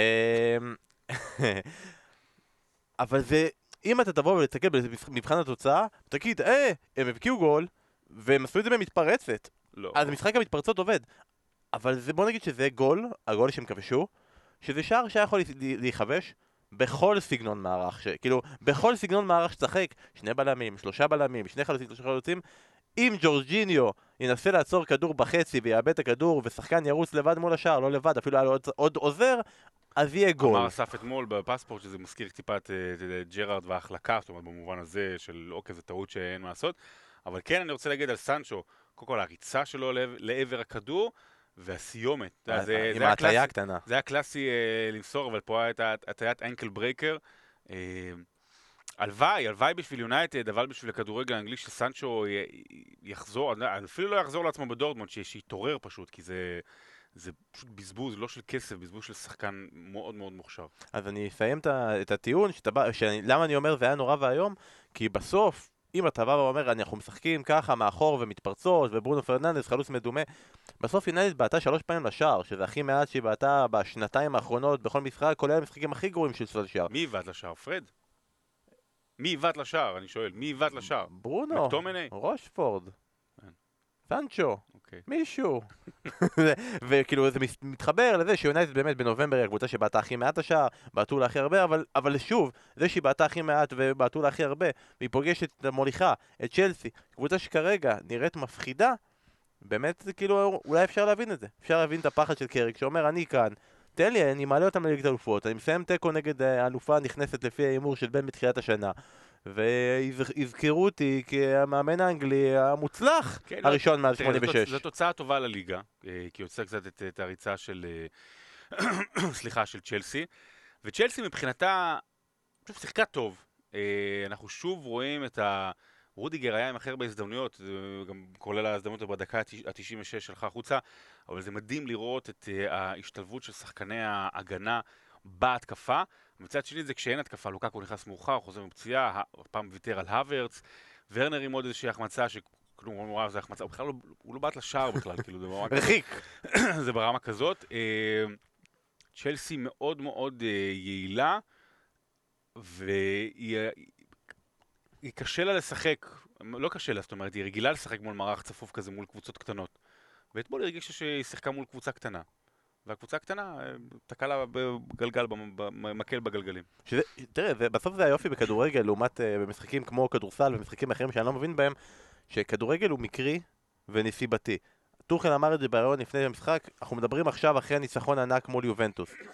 אבל זה, אם אתה תבוא ולתסתכל במבחן התוצאה, תגיד, אה, הם הבקיעו גול, והם עשו את זה במתפרצת. לא. אז משחק המתפרצות עובד. אבל זה, בוא נגיד שזה גול, הגול שהם כבשו, שזה שער שהיה יכול להיחבש בכל סגנון מערך, ש... כאילו, בכל סגנון מערך שצחק, שני בלמים, שלושה בלמים, שני חלוצים, שלושה חלוצים, אם ג'ורג'יניו ינסה לעצור כדור בחצי ויאבד את הכדור, ושחקן ירוץ לבד מול השער, לא לבד, אפילו היה לו עוד, עוד עוזר, אז יהיה גול. אמר אסף אתמול בפספורט שזה מזכיר טיפה את ג'רארד וההחלקה, זאת אומרת במובן הזה של אוקיי, זו טעות שאין מה לעשות, אבל כן אני רוצה להגיד על סנצ'ו, קודם כל הריצה שלו לעבר הכדור, והסיומת. עם ההטיה הקטנה. זה היה קלאסי למסור, אבל פה היה את הטיית אנקל ברייקר. הלוואי, הלוואי בשביל יונייטד, אבל בשביל הכדורגל האנגלי שסנצ'ו יחזור, אפילו לא יחזור לעצמו בדורטמונד, שיתעורר פשוט, כי זה... זה פשוט בזבוז, לא של כסף, בזבוז של שחקן מאוד מאוד מוכשר. אז אני אסיים את הטיעון, למה אני אומר זה היה נורא והיום, כי בסוף, אם אתה בא ואומר, אנחנו משחקים ככה מאחור ומתפרצות, וברונו פרננדס, חלוץ מדומה, בסוף יונייטד בעטה שלוש פעמים לשער, שזה הכי מעט שהיא בעטה בשנתיים האחרונות, בכל משחק, כולל המשחקים הכי גרועים של סולשייר. מי עיוות לשער? פרד? מי עיוות לשער? אני שואל, מי עיוות לשער? ברונו, מקטומני? רושפורד, סנצ'ו, אוקיי. מישהו. וכאילו זה מתחבר לזה שיונייטד באמת בנובמבר היא הקבוצה שבעטה הכי מעט השער, בעטו לה הכי הרבה, אבל, אבל שוב, זה שהיא בעטה הכי מעט ובעטו לה הכי הרבה, והיא פוגשת את המוליכה, את צ'לסי, קבוצה שכרגע נראית מפחידה, באמת זה כאילו, אולי אפשר להבין את זה. אפשר להבין את הפחד של קריק שאומר, אני כאן, תן לי, אני מעלה אותם לליגת האלופות, אני מסיים תיקו נגד האלופה הנכנסת לפי האימור של בן בתחילת השנה, והזכירו אותי כמאמן האנגלי המוצלח הראשון מאז שמונים ושש. זו תוצאה טובה לליגה, כי יוצא קצת את הריצה של סליחה, של צ'לסי, וצ'לסי מבחינתה פשוט שיחקה טוב. אנחנו שוב רואים את ה... רודיגר היה עם אחר בהזדמנויות, גם כולל ההזדמנות בדקה ה-תשעים ושש שלך החוצה, אבל זה מדהים לראות את ההשתלבות של שחקני ההגנה בהתקפה. מצד שני זה כשאין התקפה, לוקאקו נכנס מאוחר, חוזר מפציעה, פעם ויתר על הוורץ, ורנר עם עוד איזושהי החמצה, שכלום, הוא אמר, זה החמצה, הוא בכלל לא, הוא לא באת לשער בכלל, כאילו, זה ברמה רחיק. זה ברמה כזאת. צ'לסי מאוד מאוד יעילה, והיא קשה לה לשחק, לא קשה לה, זאת אומרת, היא רגילה לשחק מול מערך צפוף כזה, מול קבוצות קטנות. ואתמול היא הרגישה שהיא שיחקה מול קבוצה קטנה. והקבוצה הקטנה תקע לה בגלגל, במקל בגלגלים. שזה, תראה, בסוף זה היופי בכדורגל, לעומת במשחקים כמו כדורסל ומשחקים אחרים שאני לא מבין בהם, שכדורגל הוא מקרי ונסיבתי. טוחל אמר את זה בהיריון לפני המשחק, אנחנו מדברים עכשיו אחרי ניצחון ענק מול יובנטוס.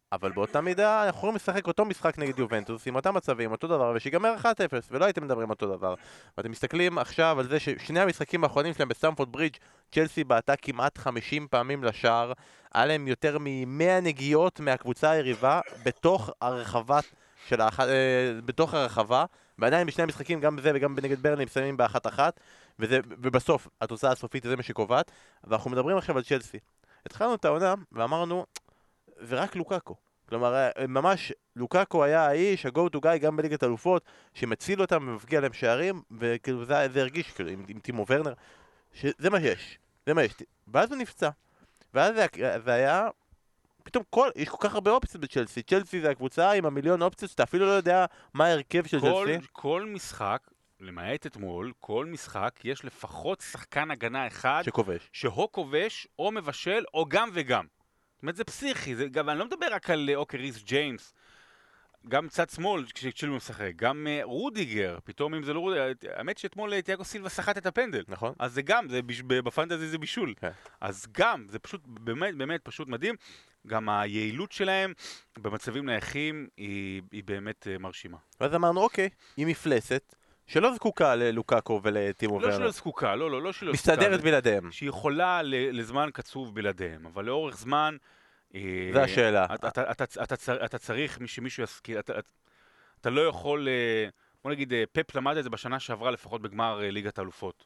אבל באותה מידה אנחנו יכולים לשחק אותו משחק נגד יובנטוס עם אותם מצבים, אותו דבר, ושיגמר אחת אפס, ולא הייתם מדברים אותו דבר. ואתם מסתכלים עכשיו על זה ששני המשחקים האחרונים שלהם בסטמפורד ברידג', צ'לסי בעטה כמעט חמישים פעמים לשער, היה להם יותר מ-מאה נגיעות מהקבוצה היריבה בתוך הרחבת של האח... בתוך הרחבה, ועדיין בשני המשחקים, גם בזה וגם נגד ברני, מסיימים באחת אחת, וזה... ובסוף התוצאה הסופית זה מה שקובעת. ואנחנו מדברים עכשיו על צ'לסי. התחלנו את העונה ואמרנו, זה רק לוקאקו. כלומר, ממש לוקאקו היה האיש, ה-go to guy גם בליגת אלופות, שמציל אותם ומפגיע להם שערים, וכאילו זה, זה הרגיש, כאילו, עם, עם טימו ורנר, שזה מה שיש, זה מה יש. ואז הוא נפצע. ואז זה, זה היה, פתאום כל, יש כל כך הרבה אופציות בצ'לסי. צ'לסי זה הקבוצה עם המיליון אופציות, שאתה אפילו לא יודע מה ההרכב של כל, צ'לסי. כל משחק, למעט אתמול, כל משחק, יש לפחות שחקן הגנה אחד, שכובש. שהוא כובש, או מבשל, או גם וגם. זאת אומרת, זה פסיכי, זה, גם, אני לא מדבר רק על אוקיי ריס ג'יימס, גם צד שמאל כשצ'ילואל משחק, גם uh, רודיגר, פתאום אם זה לא רודיגר, האמת שאתמול תיאגו סילבה שחט את הפנדל. נכון. אז זה גם, זה בש, בפנטזי זה בישול. כן. אז גם, זה פשוט, באמת, באמת פשוט מדהים. גם היעילות שלהם במצבים נייחים היא, היא באמת uh, מרשימה. ואז אמרנו, אוקיי, היא מפלסת, שלא זקוקה ללוקאקו ולטימו ורנר. לא שלא זקוקה, לא, לא, לא שלא זקוקה. מסתדרת בלעדיהם. שהיא יכולה לזמן קצוב בלעדיהם, אבל לאורך זמן... זה השאלה. אתה, אתה, אתה, אתה, אתה צריך שמישהו יזכיר, אתה, אתה לא יכול, בוא נגיד, פפ למד את זה בשנה שעברה לפחות בגמר ליגת האלופות,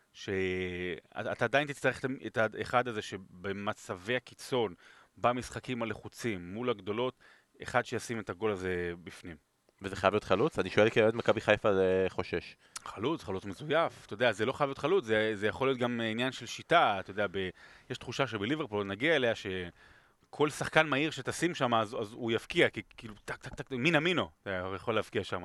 שאתה עדיין תצטרך את האחד הזה שבמצבי הקיצון, במשחקים הלחוצים, מול הגדולות, אחד שישים את הגול הזה בפנים. וזה חייב להיות חלוץ? אני שואל כי אוהד מכבי חיפה זה חושש. חלוץ, חלוץ מזויף, אתה יודע, זה לא חייב להיות חלוץ, זה, זה יכול להיות גם עניין של שיטה, אתה יודע, ב, יש תחושה שבליברפול נגיע אליה ש... כל שחקן מהיר שתשים שם, אז, אז הוא יפקיע, כי כאילו, טק, טק, טק, מינה מינו, הוא יכול להפקיע שם.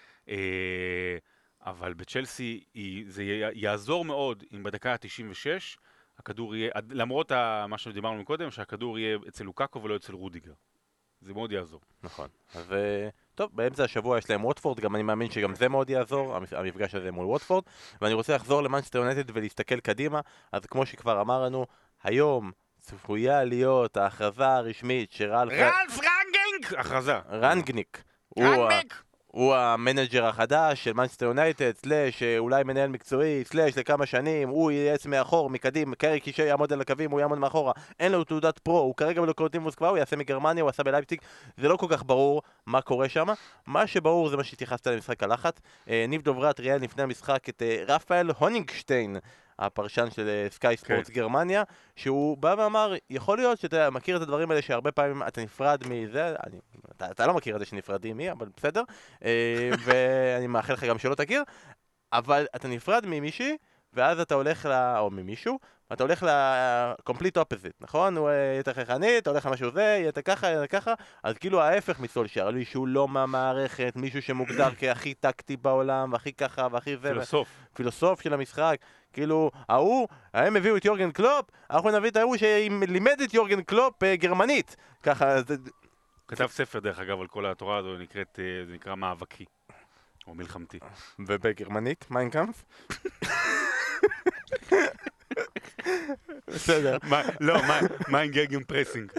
אה, אבל בצ'לסי זה יעזור מאוד אם בדקה ה-תשעים ושש, הכדור יהיה, למרות מה שדיברנו מקודם, שהכדור יהיה אצל לוקאקו ולא אצל רודיגר. זה מאוד יעזור. נכון. אז טוב, באמצע השבוע יש להם ווטפורד, גם אני מאמין שגם זה מאוד יעזור, המפגש הזה מול ווטפורד, ואני רוצה לחזור למנצ'סטר יונייטד ולהסתכל קדימה, אז כמו שכבר אמרנו, היום צפויה להיות ההכרזה הרשמית שרלף... רלף רנגניק! הכרזה. רנגניק. רנגניק! הוא המנג'ר החדש של מנצ'סטר יונייטד, סלש אולי מנהל מקצועי, סלש לכמה שנים, הוא ייעץ מאחור, מקדים, קרי קישי יעמוד על הקווים, הוא יעמוד מאחורה, אין לו תעודת פרו, הוא כרגע בלוקומוטיב מוסקבה, הוא יעשה מגרמניה, הוא עשה בלייפציג, זה לא כל כך ברור מה קורה שם, מה שברור זה מה שהתייחסת למשחק הלחץ. ניב דוברת ראיין לפני המשחק את רפאל הונינגשטיין, הפרשן של סקאי ספורטס גרמניה, שהוא בא ואמר, יכול להיות שאתה מכיר את הדברים האלה שהרבה פעמים אתה נפרד מזה, אני, אתה, אתה לא מכיר את זה שנפרדים מי, אבל בסדר, ואני מאחל לך גם שלא תכיר, אבל אתה נפרד ממישהי, ואז אתה הולך ל... או ממישהו, אתה הולך ל-complete opposite, נכון? הוא יותר חכני, אתה הולך למשהו זה, יהיה ככה, יהיה ככה, אז כאילו ההפך מסולשייר, מישהו לא מהמערכת, מישהו שמוגדר כהכי טקטי בעולם, והכי ככה, והכי זה. פילוסוף. פילוסוף של המשחק. כאילו, ההוא, הם הביאו את יורגן קלופ, אנחנו נביא את ההוא שלימד את יורגן קלופ גרמנית. ככה, זה... כתב ספר דרך אגב על כל התורה הזו, נקראת, זה נקרא מאבקי, או מלחמתי. ובגרמנית, מיינקאמפ? בסדר. לא, מיין גגן פרסינג.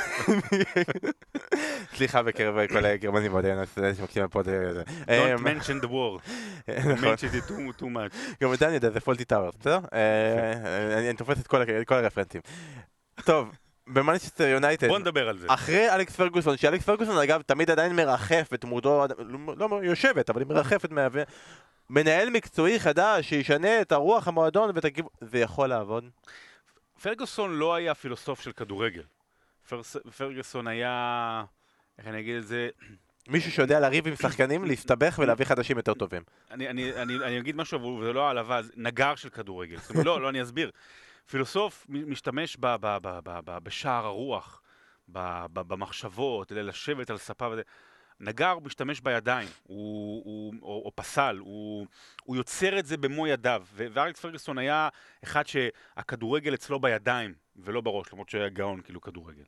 סליחה בקרב כל הגרמנים בעוד שמקשיבים פה. Don't mention the war. mention it too much. גם את אני יודע, זה פולטי טאוורס, בסדר? אני תופס את כל הרפרנסים. טוב, במנצ'סטר יונייטד, בוא נדבר על זה. אחרי אלכס פרגוסון, שאלכס פרגוסון אגב תמיד עדיין מרחף ותמודו, לא יושבת, אבל היא מרחפת מהווה, מנהל מקצועי חדש שישנה את הרוח המועדון ותגיב, זה יכול לעבוד? פרגוסון לא היה פילוסוף של כדורגל. פרגוסון היה, איך אני אגיד את זה, מישהו שיודע לריב עם שחקנים, להסתבך ולהביא חדשים יותר טובים. אני, אני, אני, אני אגיד משהו, אבל זה לא העלבה, נגר של כדורגל. זאת אומרת, לא, לא, אני אסביר. פילוסוף משתמש ב, ב, ב, ב, ב, בשער הרוח, ב, ב, במחשבות, לשבת על ספה וזה. נגר הוא משתמש בידיים, הוא, הוא, או, או פסל, הוא, הוא יוצר את זה במו ידיו, ואלכס פרגוסון היה אחד שהכדורגל אצלו בידיים, ולא בראש, למרות שהיה גאון כאילו כדורגל.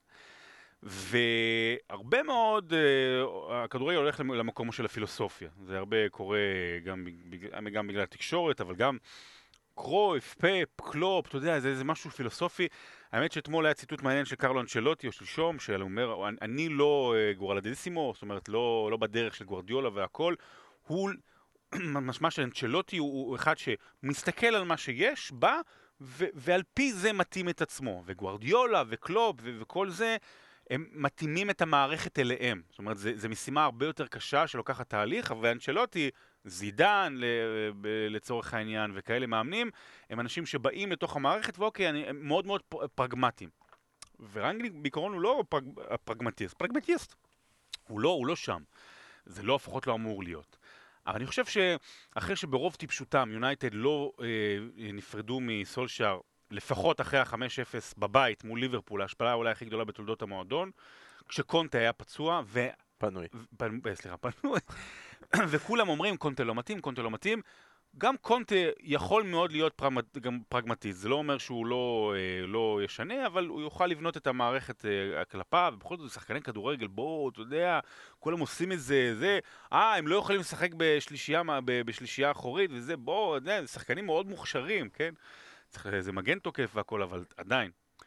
והרבה מאוד, uh, הכדורגל הולך למקום של הפילוסופיה, זה הרבה קורה גם, גם בגלל התקשורת, אבל גם קרויף, פפ, קלופ, אתה יודע, זה, זה משהו פילוסופי. האמת שאתמול היה ציטוט מעניין של קרלו אנצ'לוטי או שלשום, שהוא אומר, אני לא גורלדיסימו, זאת אומרת, לא, לא בדרך של גוארדיולה והכל, הוא, משמע של אנצ'לוטי הוא, הוא אחד שמסתכל על מה שיש, בא, ו- ועל פי זה מתאים את עצמו. וגוארדיולה וקלופ ו- וכל זה, הם מתאימים את המערכת אליהם. זאת אומרת, זה, זה משימה הרבה יותר קשה שלוקחת תהליך, ואנצ'לוטי, זידן לצורך העניין וכאלה מאמנים, הם אנשים שבאים לתוך המערכת, ואוקיי, הם מאוד מאוד פרגמטיים. ורנגניק בעיקרון הוא לא פרג, פרגמטיסט, פרגמטיסט. הוא לא, הוא לא שם. זה לא לפחות לא אמור להיות. אבל אני חושב שאחרי שברוב טיפשותם יונייטד לא אה, נפרדו מסולשאר, לפחות אחרי ה-חמש אפס בבית מול ליברפול, ההשפלה אולי הכי גדולה בתולדות המועדון, כשקונטה היה פצוע ו... פנוי. פ... סליחה, פנוי. וכולם אומרים, קונטה לא מתאים, קונטה לא מתאים. גם קונטה יכול מאוד להיות פרגמט... גם פרגמטיסט. זה לא אומר שהוא לא, אה, לא ישנה, אבל הוא יוכל לבנות את המערכת אה, כלפיו, ובכל זאת שחקני כדורגל, בואו, אתה יודע, כולם עושים את זה, זה, אה, הם לא יכולים לשחק בשלישייה, בשלישייה אחורית, וזה, בואו, זה שחקנים מאוד מוכשרים, כן? צריך איזה מגן תוקף והכל, אבל עדיין.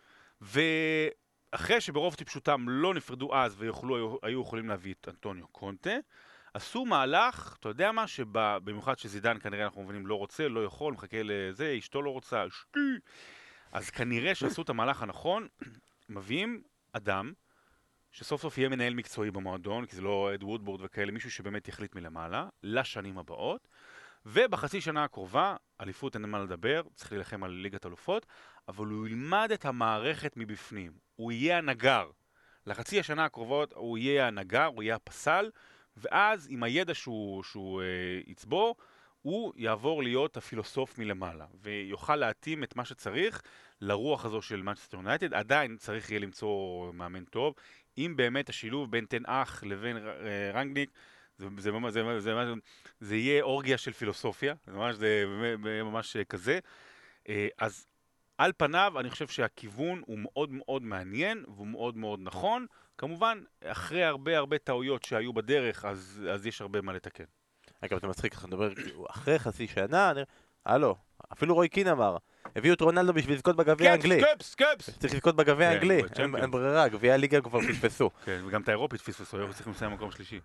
ואחרי שברוב טיפשותם לא נפרדו אז ויוכלו, היו יכולים להביא את אנטוניו קונטה, עשו מהלך, אתה יודע מה, שבמיוחד שזידן כנראה אנחנו מבינים לא רוצה, לא יכול, מחכה לזה, אשתו לא רוצה, אשתי. אז כנראה שעשו את המהלך הנכון, מביאים אדם שסוף סוף יהיה מנהל מקצועי במועדון, כי זה לא אד וודבורד וכאלה, מישהו שבאמת יחליט מלמעלה, לשנים הבאות, ובחצי שנה הקרובה, אליפות אין מה לדבר, צריך להילחם על ליגת אלופות, אבל הוא ילמד את המערכת מבפנים, הוא יהיה הנגר. לחצי השנה הקרובות הוא יהיה הנגר, הוא יהיה הפסל, ואז עם הידע שהוא, שהוא אה, יצבור, הוא יעבור להיות הפילוסוף מלמעלה, ויוכל להתאים את מה שצריך לרוח הזו של מנצ'סטר יונייטד. עדיין צריך יהיה למצוא מאמן טוב, אם באמת השילוב בין תן אח לבין אה, רנגניק, זה, זה, זה, זה, זה, זה, זה יהיה אורגיה של פילוסופיה, זה ממש, זה ממש כזה. אה, אז על פניו אני חושב שהכיוון הוא מאוד מאוד מעניין, והוא מאוד מאוד נכון. כמובן, אחרי הרבה הרבה טעויות שהיו בדרך, אז, אז יש הרבה מה לתקן. אגב, אתה מצחיק, אנחנו נדבר אחרי חצי שנה, אני... הלו, אפילו רוי קין אמר, הביאו את רונלדו בשביל לזכות בגביע האנגלי. קפס, קפס, קפס! צריך לזכות בגביע האנגלי, אין ברירה, גביע הליגה כבר פספסו. כן, וגם את האירופית פספסו, היום צריכים לסיים מקום שלישי.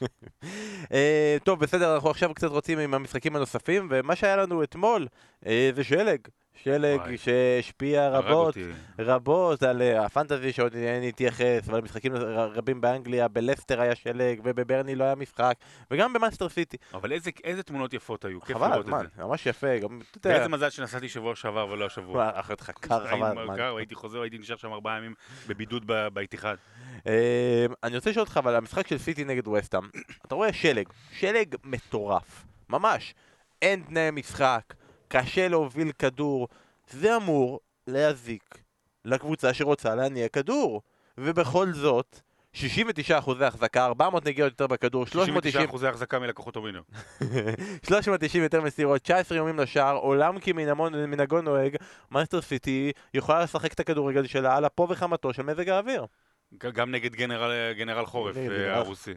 טוב, בסדר, אנחנו עכשיו קצת רוצים עם המשחקים הנוספים, ומה שהיה לנו אתמול זה שלג. שלג שהשפיע רבות, רבות על הפנטזי שעוד נתייחס, ועל משחקים רבים באנגליה, בלסטר היה שלג, ובברני לא היה משחק, וגם במאנסטר סיטי. אבל איזה, איזה תמונות יפות היו, כיף חבל, לראות man, את זה. ממש יפה. גם, באיזה מזל שנסעתי שבוע שעבר ולא השבוע. אחרת חכר, חבל. קר, הייתי חוזר, הייתי נשאר שם ארבעה ימים בבידוד באיתיחד. אני רוצה לשאול אותך, אבל המשחק של סיטי נגד ווסטהאם, אתה רואה שלג, שלג מטורף, ממש. אין תנאי משחק. קשה להוביל כדור, זה אמור להזיק לקבוצה שרוצה להניע כדור. ובכל זאת, שישים ותשעה אחוזי החזקה, ארבע מאות נגיעות יותר בכדור, שישים ותשעה אחוזי החזקה מלקוחות טובינו. שלוש מאות תשעים יותר מסירות, תשע עשרה יומים לשער, עולם כמנהגו נוהג, מנסטר סיטי יכולה לשחק את הכדורגל שלה על אפו וחמתו של מזג האוויר. גם נגד גנרל, גנרל חורף הרוסי.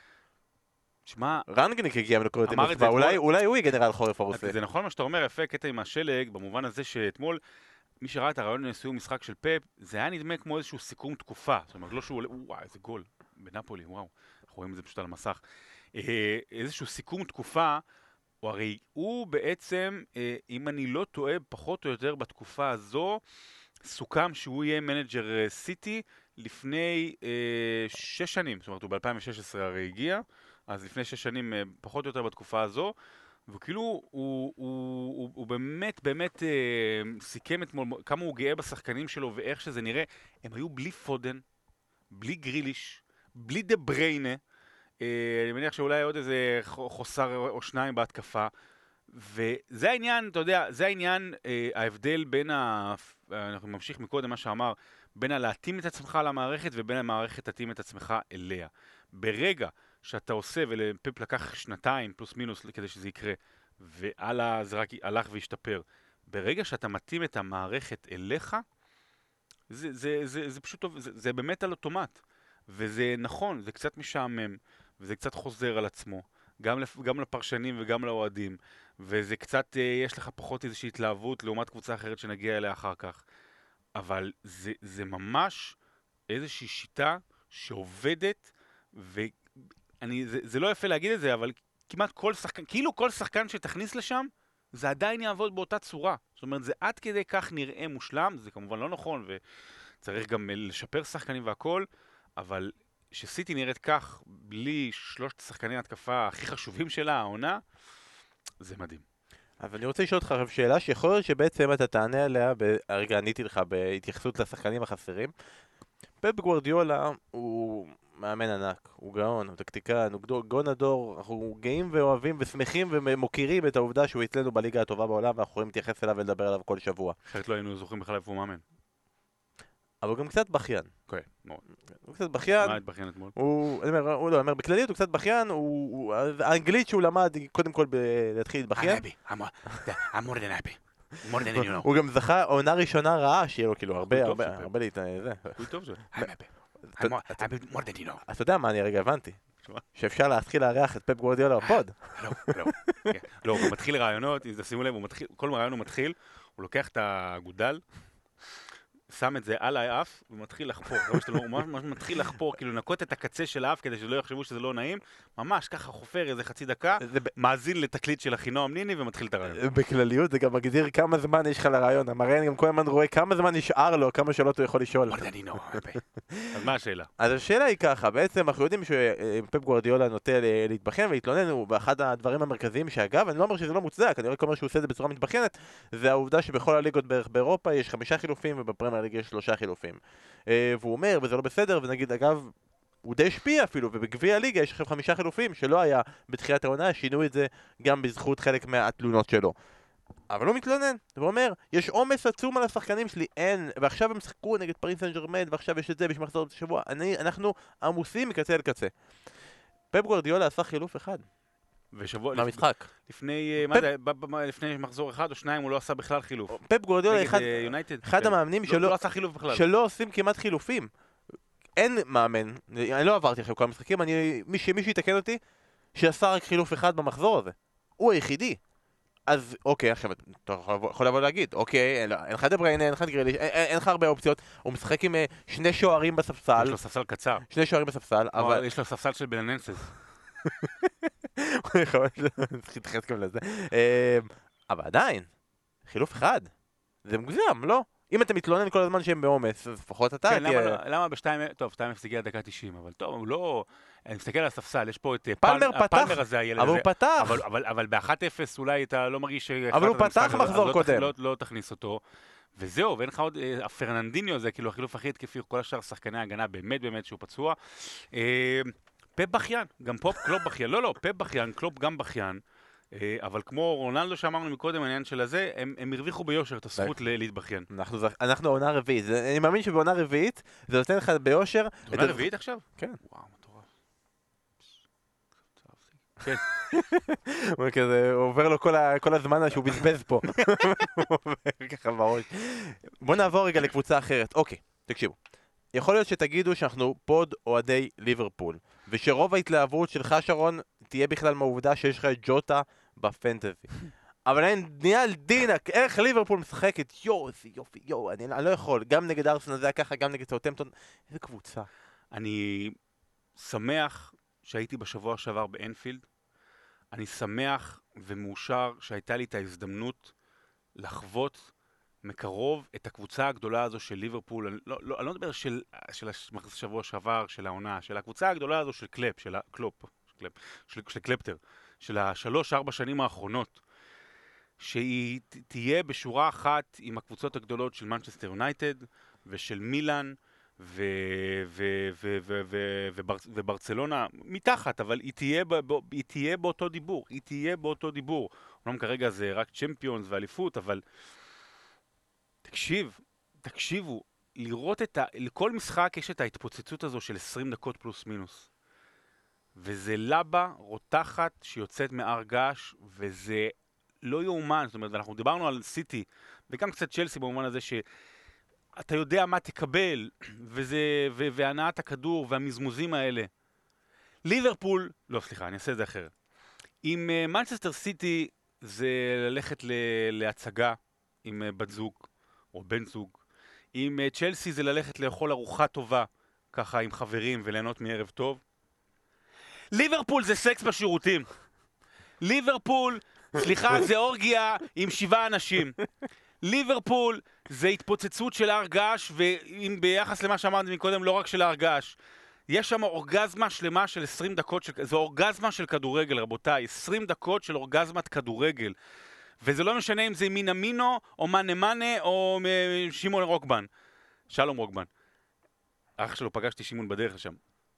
שמה, רנגניק הגיע מנקודת המוספה, אולי, אולי הוא יהיה גנרל חורף הרוסי. זה נכון מה שאתה אומר, יפה קטע עם השלג, במובן הזה שאתמול, מי שראה את הרעיון לסיום משחק של פפ, זה היה נדמה כמו איזשהו סיכום תקופה. זאת אומרת, לא שהוא עולה, וואו, איזה גול, בנפולי, וואו, אנחנו רואים את זה פשוט על המסך. איזשהו סיכום תקופה, הוא הרי הוא בעצם, אם אני לא טועה, פחות או יותר בתקופה הזו, סוכם שהוא יהיה מנג'ר סיטי לפני שש שנים, זאת אומרת, הוא ב-אלפיים ושש עשרה הרי הגיע, אז לפני שש שנים, פחות או יותר בתקופה הזו, וכאילו הוא, הוא, הוא, הוא באמת, באמת אה, סיכם אתמול כמה הוא גאה בשחקנים שלו ואיך שזה נראה. הם היו בלי פודן, בלי גריליש, בלי דה בריינה, אה, אני מניח שאולי עוד איזה חוסר או שניים בהתקפה, וזה העניין, אתה יודע, זה העניין, אה, ההבדל בין, ה... אנחנו ממשיך מקודם מה שאמר, בין הלהתאים את עצמך למערכת ובין המערכת להתאים את עצמך אליה. ברגע שאתה עושה, ולפפ לקח שנתיים פלוס מינוס כדי שזה יקרה, והלאה זה רק הלך והשתפר. ברגע שאתה מתאים את המערכת אליך, זה, זה, זה, זה פשוט טוב, זה, זה באמת על אוטומט. וזה נכון, זה קצת משעמם, וזה קצת חוזר על עצמו. גם, לפ... גם לפרשנים וגם לאוהדים, וזה קצת, יש לך פחות איזושהי התלהבות לעומת קבוצה אחרת שנגיע אליה אחר כך. אבל זה, זה ממש איזושהי שיטה שעובדת, ואני, זה, זה לא יפה להגיד את זה, אבל כמעט כל שחקן, כאילו כל שחקן שתכניס לשם, זה עדיין יעבוד באותה צורה. זאת אומרת, זה עד כדי כך נראה מושלם, זה כמובן לא נכון, וצריך גם לשפר שחקנים והכל, אבל שסיטי נראית כך, בלי שלושת שחקני התקפה הכי חשובים שלה, העונה, זה מדהים. אבל אני רוצה לשאול אותך עכשיו שאלה, שיכול להיות שבעצם אתה תענה עליה, הרגע עניתי לך בהתייחסות לשחקנים החסרים. פפ גוארדיולה הוא מאמן ענק, הוא גאון, הוא טקטיקן, הוא גאון הדור, אנחנו גאים ואוהבים ושמחים ומוקירים את העובדה שהוא אצלנו בליגה הטובה בעולם, ואנחנו יכולים להתייחס אליו ולדבר עליו כל שבוע. אחרת לא היינו זוכרים בכלל איפה הוא מאמן. אבל הוא גם קצת בכיין. כן, מאוד. הוא קצת בכיין. מה התבכיין אתמול? הוא, אני אומר, הוא לא, אומר, בכלליות הוא קצת בכיין, הוא, האנגלית שהוא למד, קודם כל להתחיל להתבכיין. I'm happy, I'm more than happy. more than you know. הוא גם זכה עונה ראשונה רעה, שיהיה לו כאילו הרבה, הרבה, הרבה להתנהל, זה. הוא טוב זה. I'm happy. I'm more than you know. אתה יודע מה אני הרגע הבנתי? שאפשר להתחיל לארח את פפ גוארדיולה בפוד. לא, לא. לא, הוא מתחיל רעיונות, אם תשימו לב, כל רעיון הוא מתחיל, הוא לוקח את הגודל, שם את זה על האף ומתחיל לחפור, הוא ממש מתחיל לחפור, כאילו לנקות את הקצה של האף כדי שלא יחשבו שזה לא נעים, ממש ככה חופר איזה חצי דקה, מאזין לתקליט של אחינועם ניני ומתחיל את הרעיון. בכלליות זה גם מגדיר כמה זמן יש לך לרעיון, המראיין גם כל הזמן רואה כמה זמן נשאר לו, כמה שאלות הוא יכול לשאול. אז מה השאלה? אז השאלה היא ככה, בעצם אנחנו יודעים שפפ גוארדיולה נוטה להתבכיין ולהתלונן, ואחד הדברים המרכזיים שאגב, אני לא אומר שזה לא מוצדק, אני רק אומר שהוא עושה את זה בצורה מתבכיינת, זה העובדה שבכל הליגות בערך באירופה יש חמישה חילופים ובפרמייר ליג יש שלושה חילופים. והוא אומר, וזה לא בסדר, ונגיד אגב, הוא די השפיע אפילו, ובגביע הליגה יש עכשיו חמישה חילופים שלא היה בתחילת העונה, שינו את זה גם בזכות חלק מהתלונות שלו. אבל הוא מתלונן, הוא אומר, יש עומס עצום על השחקנים שלי, אין, ועכשיו הם שחקו נגד פריס סן ז'רמן, ועכשיו יש את זה, ויש מחזור בשבוע, אני, אנחנו עמוסים מקצה לקצה. פפ גוארדיולה עשה חילוף אחד. ושבוע... במשחק. לפני, מה זה, לפני מחזור אחד או שניים הוא לא עשה בכלל חילוף. פפ גוארדיולה אחד, אחד המאמנים שלא, לא עשה חילוף בכלל. שלא עושים כמעט חילופים. אין מאמן, אני לא עברתי אחרי כל המשחקים, אני, מישהו יתקן אותי, שעשה רק חילוף אחד במחזור הזה. הוא היחידי. אז אוקיי, עכשיו אתה יכול לבוא להגיד, אוקיי, אין לך דבריין, אין לך גריליש, אין לך הרבה אופציות, הוא משחק עם שני שוערים בספסל. יש לו ספסל קצר. שני שוערים בספסל, אבל... יש לו ספסל של בלננסס. צריך להתייחס גם לזה. אבל עדיין, חילוף אחד, זה מוגזם, לא? אם אתה מתלונן כל הזמן שהם בעומס, אז לפחות אתה... כן, למה בשתיים... טוב, שתיים אפס הגיע דקה תשעים, אבל טוב, הוא לא... אני מסתכל על הספסל, יש פה את פלמר הזה, הילד הזה. אבל הוא פתח. אבל ב-אחת אפס אולי אתה לא מרגיש... אבל הוא פתח מחזור קודם. לא תכניס אותו. וזהו, ואין לך עוד... הפרננדיניו הזה, כאילו החילוף הכי התקפי, כל השאר שחקני ההגנה, באמת באמת שהוא פצוע. פפ בכיין, גם פופ קלופ בכיין. לא, לא, פפ בכיין, קלופ גם בכיין. אבל כמו רונלדו שאמרנו מקודם, העניין של הזה, הם, הם הרוויחו ביושר את הזכות להתבכיין. אנחנו, אנחנו עונה רביעית, אני מאמין שבעונה רביעית זה נותן לך ביושר... עונה רביעית עכשיו? כן. וואו, מטורף. כן. הוא כזה, עובר לו כל הזמן שהוא בזבז פה. ככה בראש. בוא נעבור רגע לקבוצה אחרת. אוקיי, תקשיבו. יכול להיות שתגידו שאנחנו פוד אוהדי ליברפול, ושרוב ההתלהבות שלך שרון תהיה בכלל מהעובדה שיש לך את ג'וטה בפנטזי. אבל אין נהיה על דינה, איך ליברפול משחקת, יו, איזה יופי, יו, אני, אני לא יכול, גם נגד ארסנל זה היה ככה, גם נגד סאות'המפטון, איזה קבוצה. אני שמח שהייתי בשבוע שעבר באנפילד, אני שמח ומאושר שהייתה לי את ההזדמנות לחוות מקרוב את הקבוצה הגדולה הזו של ליברפול, אני לא, לא, אני לא מדבר של, של השבוע שעבר, של העונה, של הקבוצה הגדולה הזו של קלפ, של הקלופ, של, קלפ, של, של קלפטר, של השלוש, ארבע שנים האחרונות, שהיא תהיה בשורה אחת עם הקבוצות הגדולות של מנצ'סטר יונייטד ושל מילאן ו, ו, ו, ו, ו, ובר, וברצלונה מתחת, אבל היא תהיה, ב, היא תהיה באותו דיבור, היא תהיה באותו דיבור. אומנם כרגע זה רק צ'מפיונס ואליפות, אבל תקשיב, תקשיבו, לראות את ה... לכל משחק יש את ההתפוצצות הזו של עשרים דקות פלוס מינוס. וזה לבה רותחת שיוצאת מהר געש, וזה לא יאומן. זאת אומרת, אנחנו דיברנו על סיטי, וגם קצת צ'לסי במובן הזה שאתה יודע מה תקבל, וזה... ו... והנעת הכדור והמזמוזים האלה. ליברפול, לא סליחה, אני אעשה את זה אחרת. עם מנצ'סטר סיטי זה ללכת ל- להצגה עם אה, בת זוג או בן זוג. עם אה, צ'לסי זה ללכת לאכול ארוחה טובה, ככה עם חברים וליהנות מערב טוב. ליברפול זה סקס בשירותים. ליברפול, סליחה, זה אורגיה עם שבעה אנשים. ליברפול זה התפוצצות של הר געש, ואם ביחס למה שאמרתי מקודם, לא רק של הר געש. יש שם אורגזמה שלמה של עשרים דקות, של... זו אורגזמה של כדורגל, רבותיי. עשרים דקות של אורגזמת כדורגל. וזה לא משנה אם זה מינה מינו, או מנה מנה, או שמעון רוקבן. שלום רוקבן. אח שלו פגשתי שמעון בדרך לשם.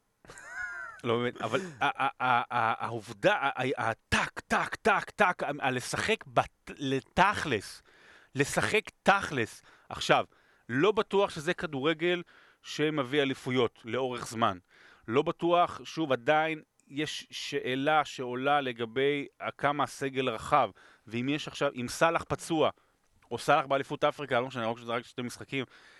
לא באמת, אבל העובדה, הטק, טק, טק, טק, לשחק לתכלס, לשחק תכלס. עכשיו, לא בטוח שזה כדורגל שמביא אליפויות לאורך זמן. לא בטוח, שוב, עדיין יש שאלה שעולה לגבי כמה הסגל רחב, ואם יש עכשיו, אם סלח פצוע, או סלח באליפות אפריקה, לא משנה, רק שזה רק שתי משחקים,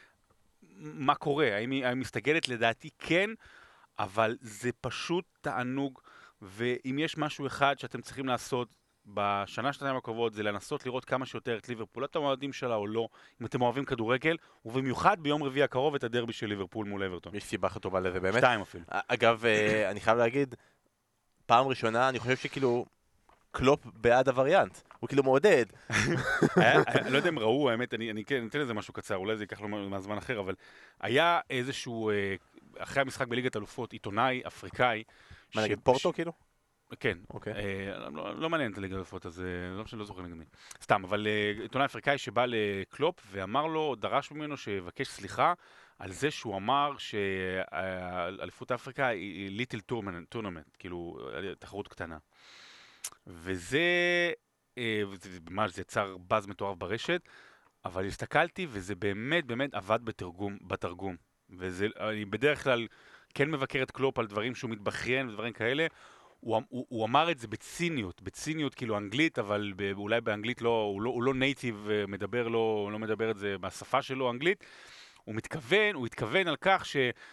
מה קורה? האם היא מסתגלת? לדעתי כן, אבל זה פשוט תענוג, ואם יש משהו אחד שאתם צריכים לעשות בשנה שנתיים הקרובות, זה לנסות לראות כמה שיותר את ליברפול, אתם אוהדים שלה או לא, אם אתם אוהבים כדורגל, ובמיוחד ביום רביעי הקרוב את הדרבי של ליברפול מול אברטון. יש סיבה טובה לזה באמת. שתיים אפילו. אגב, אני חייב להגיד, פעם ראשונה, אני חושב שכאילו קלופ בעד הווריאנט, הוא כאילו מעודד. לא יודע אם ראו, האמת, אני אתן לזה משהו קצר, אולי זה ייקח לו מהזמן אחר, אבל היה איזשהו, אחרי המשחק בליגת אלופות, עיתונאי אפריקאי. מה נגיד, פורטו כאילו? כן, לא מעניין את הליגת אלופות, אז לא זוכר נגד מי. סתם, אבל עיתונאי אפריקאי שבא לקלופ ואמר לו, דרש ממנו שיבקש סליחה על זה שהוא אמר שאליפות אפריקה היא ליטל טורנמנט, כאילו תחרות קטנה. וזה, ממש זה יצר באז מטורף ברשת, אבל הסתכלתי וזה באמת באמת עבד בתרגום, בתרגום. ואני בדרך כלל כן מבקר את קלופ על דברים שהוא מתבכיין ודברים כאלה. הוא, הוא, הוא אמר את זה בציניות, בציניות כאילו אנגלית, אבל אולי באנגלית לא, הוא לא, הוא לא נייטיב, מדבר לא, לא מדבר את זה בשפה שלו אנגלית. הוא מתכוון, הוא התכוון על כך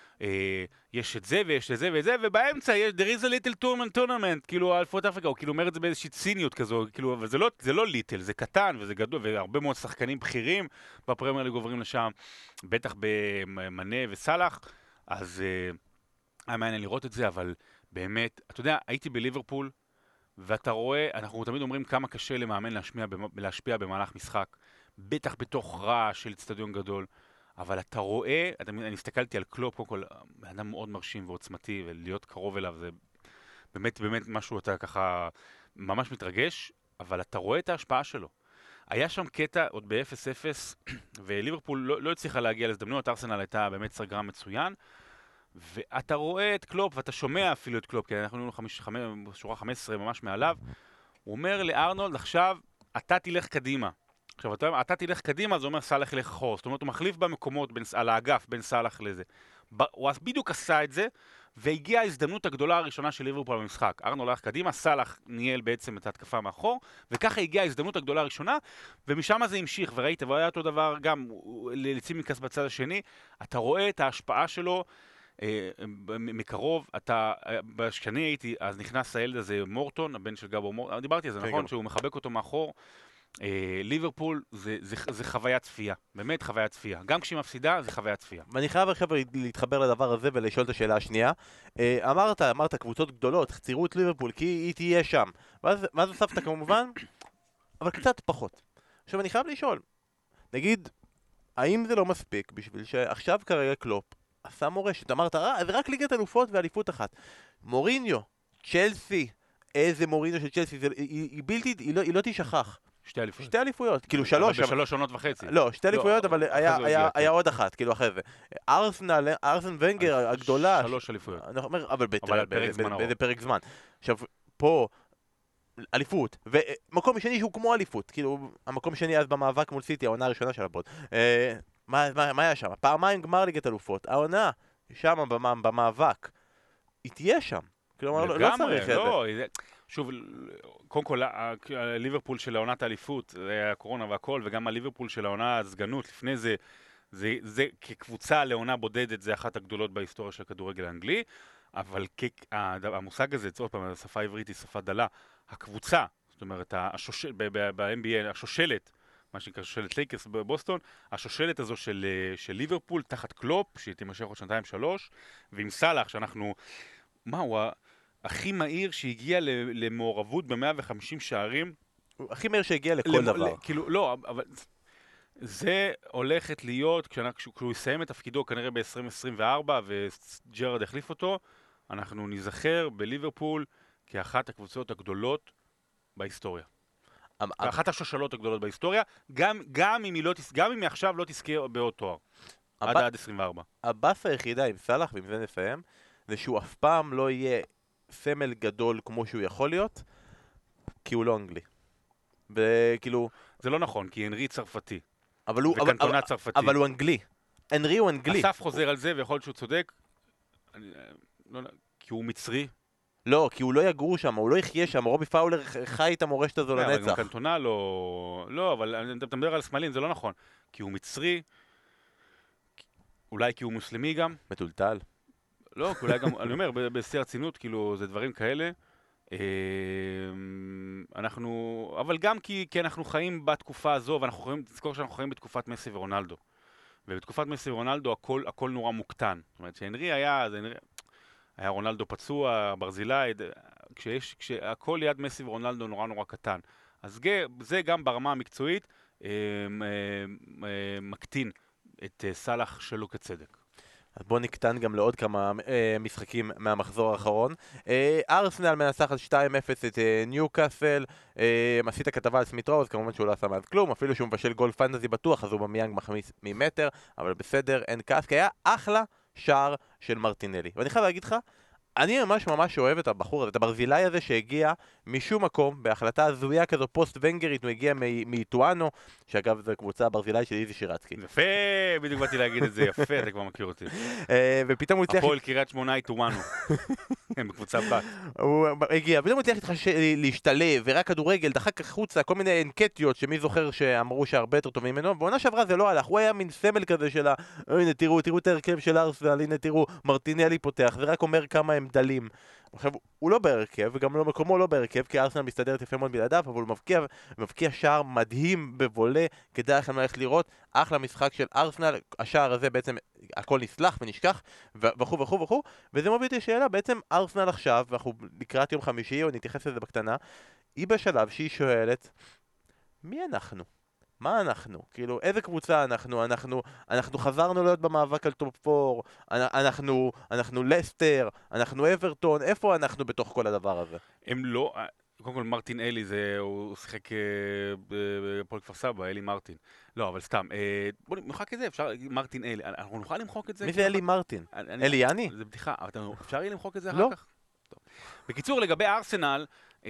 שיש את זה ויש את זה ואת זה, ובאמצע יש, there is a little tournament, tournament, כאילו אלפות אפריקה, הוא כאילו אומר את זה באיזושהי ציניות כזו, כאילו, אבל זה לא, זה לא ליטל, זה קטן וזה גדול, והרבה מאוד שחקנים בכירים בפרמייר ליג עוברים לשם, בטח במנה וסלח, אז היה מעניין לראות את זה, אבל באמת, אתה יודע, הייתי בליברפול, ואתה רואה, אנחנו תמיד אומרים כמה קשה למאמן להשמיע, להשפיע במהלך משחק, בטח בתוך רעש של אצטדיון גדול, אבל אתה רואה, אתה, אני הסתכלתי על קלופ, קודם כל, אדם מאוד מרשים ועוצמתי, ולהיות קרוב אליו זה באמת, באמת משהו, אתה ככה ממש מתרגש, אבל אתה רואה את ההשפעה שלו. היה שם קטע עוד ב-אפס אפס, וליברפול לא, לא הצליחה להגיע להזדמנות, ארסנל הייתה באמת סגרם מצוין, ואתה רואה את קלופ, ואתה שומע אפילו את קלופ, כי אנחנו נראינו חמש, חמש, שורה חמש עשרה ממש מעליו, הוא אומר לארנולד, עכשיו אתה תלך קדימה. עכשיו, אתה, אתה תלך קדימה, זה אומר סלח ילך אחורה. זאת אומרת, הוא מחליף במקומות בין, על האגף בין סלח לזה. ב, הוא בדיוק עשה את זה, והגיעה ההזדמנות הגדולה הראשונה של ליברפול במשחק. ארנולד הלך קדימה, סלח ניהל בעצם את ההתקפה מאחור, וככה הגיעה ההזדמנות הגדולה הראשונה, ומשם זה המשיך, וראית, והיה אותו דבר גם לצימקס בצד השני, אתה רואה את ההשפעה שלו, מקרוב, אתה, בשני הייתי, אז נכנס הילד הזה מורטון, הבן של גאבור מורטון, דיברתי על זה, נכון? שהוא מחבק אותו מאחור. ליברפול זה, זה, זה חוויה צפייה, באמת חוויה צפייה. גם כשהיא מפסידה, זה חוויה צפייה. ואני חייב עכשיו להתחבר לדבר הזה ולשאול את השאלה השנייה. אמרת, אמרת, קבוצות גדולות, חצירו את ליברפול, כי היא תהיה שם. ואז, ואז הוספת כמובן, אבל קצת פחות. עכשיו אני חייב לשאול, נגיד, האם זה לא מספיק בשביל שעכשיו כרגע קלופ עשה מורשת? אמרת, זה רק ליגת אלופות ואליפות אחת. מוריניו, צ'לסי, איזה מוריניו של צ'לסי, זה, היא, היא בלתי, היא לא, היא לא תשכח. שתי אליפויות. שתי אליפויות, כאילו שלוש. אבל בשלוש עונות וחצי. לא, שתי אליפויות, אבל היה עוד אחת, כאילו אחרי זה. ארסנל, ארסן ונגר הגדולה. שלוש אליפויות. אני אומר, אבל באיזה פרק זמן. עכשיו, פה, אליפות, ומקום שני שהוא כמו אליפות, כאילו, המקום שני אז במאבק מול סיטי, העונה הראשונה של הפוד. מה היה שם? פעמיים גמר ליגת אלופות. העונה, שם במאבק, היא תהיה שם. כלומר, לא צריך את זה. שוב, קודם כל, הליברפול של העונת האליפות, זה היה הקורונה והכל, וגם הליברפול של העונה הסגנות, לפני זה, זה, זה כקבוצה לעונה בודדת, זה אחת הגדולות בהיסטוריה של הכדורגל האנגלי. אבל המושג הזה, עוד פעם, השפה העברית היא שפה דלה, הקבוצה, זאת אומרת, ב-אן בי איי, השושלת, מה שנקרא שושלת לייקרס בבוסטון, השושלת הזו של, של ליברפול תחת קלופ, שהיא תימשך עוד שנתיים שלוש, ועם סלאח, שאנחנו, מה הוא, הכי מהיר שהגיע למעורבות ב-מאה וחמישים שערים. הוא הכי מהיר שהגיע לכל למ... דבר. כאילו, לא, אבל זה הולכת להיות, כשהוא יסיים את תפקידו כנראה ב-עשרים עשרים וארבע, וג'רד החליף אותו, אנחנו נזכר בליברפול כאחת הקבוצות הגדולות בהיסטוריה. אחת השושלות הגדולות בהיסטוריה, גם, גם אם היא לא, גם אם היא עכשיו לא תזכה בעוד תואר. עד עד עשרים וארבע. הבאס היחידה עם סלאח, ועם זה נסיים, זה שהוא אף פעם לא יהיה סמל גדול כמו שהוא יכול להיות, כי הוא לא אנגלי. וכאילו... זה לא נכון, כי הנרי צרפתי. אבל הוא, וקנטונה אבל, צרפתי. אבל הוא אנגלי. הנרי הוא אנגלי. אסף חוזר על זה, ויכול להיות שהוא צודק, אני, לא, כי הוא מצרי. לא, כי הוא לא יגור שם, הוא לא יחיה שם, רובי פאולר חי את המורשת הזו לנצח. אבל גם קנטונה לא... לא, אבל אתה מדבר על סמלים, זה לא נכון. כי הוא מצרי, אולי כי הוא מוסלמי גם. מטולטל. לא, אולי גם, אני אומר, בשיא הרצינות, כאילו, זה דברים כאלה. אנחנו... אבל גם כי, כי אנחנו חיים בתקופה הזו, ואנחנו חיים, תזכור שאנחנו חיים בתקופת מסי ורונלדו. ובתקופת מסי ורונלדו הכל, הכל נורא מוקטן. זאת אומרת, שהנרי היה... זה הנרי... היה רונלדו פצוע, ברזילאי, כשיש, כשהכל ליד מסי ורונלדו נורא נורא קטן. אז זה גם ברמה המקצועית אה, אה, אה, מקטין את אה, סלאח שלו כצדק. אז בוא נקטן גם לעוד כמה אה, משחקים מהמחזור האחרון. אה, ארסנל מנצחת שתיים אפס את אה, ניוקאסל, אה, עשית כתבה על סמית רוז, כמובן שהוא לא עשה מאז כלום, אפילו שהוא מבשל גול פנטזי בטוח, אז הוא במיינג מחמיס ממטר, אבל בסדר, אין כעס, כי היה אחלה שער של מרטינלי. ואני חייב להגיד לך, אני ממש ממש אוהב את הבחור הזה, את הברזילאי הזה שהגיע משום מקום, בהחלטה הזויה כזו פוסט ונגרית, הוא הגיע מאיטואנו, שאגב זו קבוצה הברזילאי של איזי שירצקי. יפה, בדיוק באתי להגיד את זה, יפה, אתה כבר מכיר אותי. ופתאום הוא הצליח... הפועל קריית שמונה איטואנו, הם בקבוצה בת. הוא הגיע, פתאום הוא הצליח להשתלב, ורק כדורגל, דחק החוצה, כל מיני אנקטיות שמי זוכר שאמרו שהרבה יותר טובים ממנו, בעונה שעברה זה לא הלך, הוא היה מין סמל כזה של ה... הנה תראו, תראו את ההרכב של ארסנל, הנה תראו, מרטינלי פותח, ורק אומר כמה הם דלים. עכשיו, הוא לא בהרכב, וגם לא מקומו לא בהרכב, כי ארסנל מסתדרת יפה מאוד בלעדיו, אבל הוא מבקיע, מבקיע שער מדהים בבולה, כדאי לכם ללכת לראות, אחלה משחק של ארסנל, השער הזה בעצם הכל נסלח ונשכח, וכו' וכו' וכו', וזה מוביל את השאלה, בעצם ארסנל עכשיו, ואנחנו לקראת יום חמישי, או נתייחס לזה בקטנה, היא בשלב שהיא שואלת, מי אנחנו? מה אנחנו? כאילו, איזה קבוצה אנחנו? אנחנו, אנחנו חזרנו להיות במאבק על טופ ארבע, אנחנו, אנחנו לסטר, אנחנו אברטון, איפה אנחנו בתוך כל הדבר הזה? הם לא, קודם כל מרטין אלי, זה, הוא שיחק בפועל כפר סבא, אלי מרטין. לא, אבל סתם, בוא נמחק את זה, אפשר, מרטין אלי, אנחנו נוכל למחוק את זה? מי זה אלי מרטין? אלי יאני? זה בדיחה, אפשר יהיה למחוק את זה לא. אחר כך? בקיצור, לגבי ארסנל,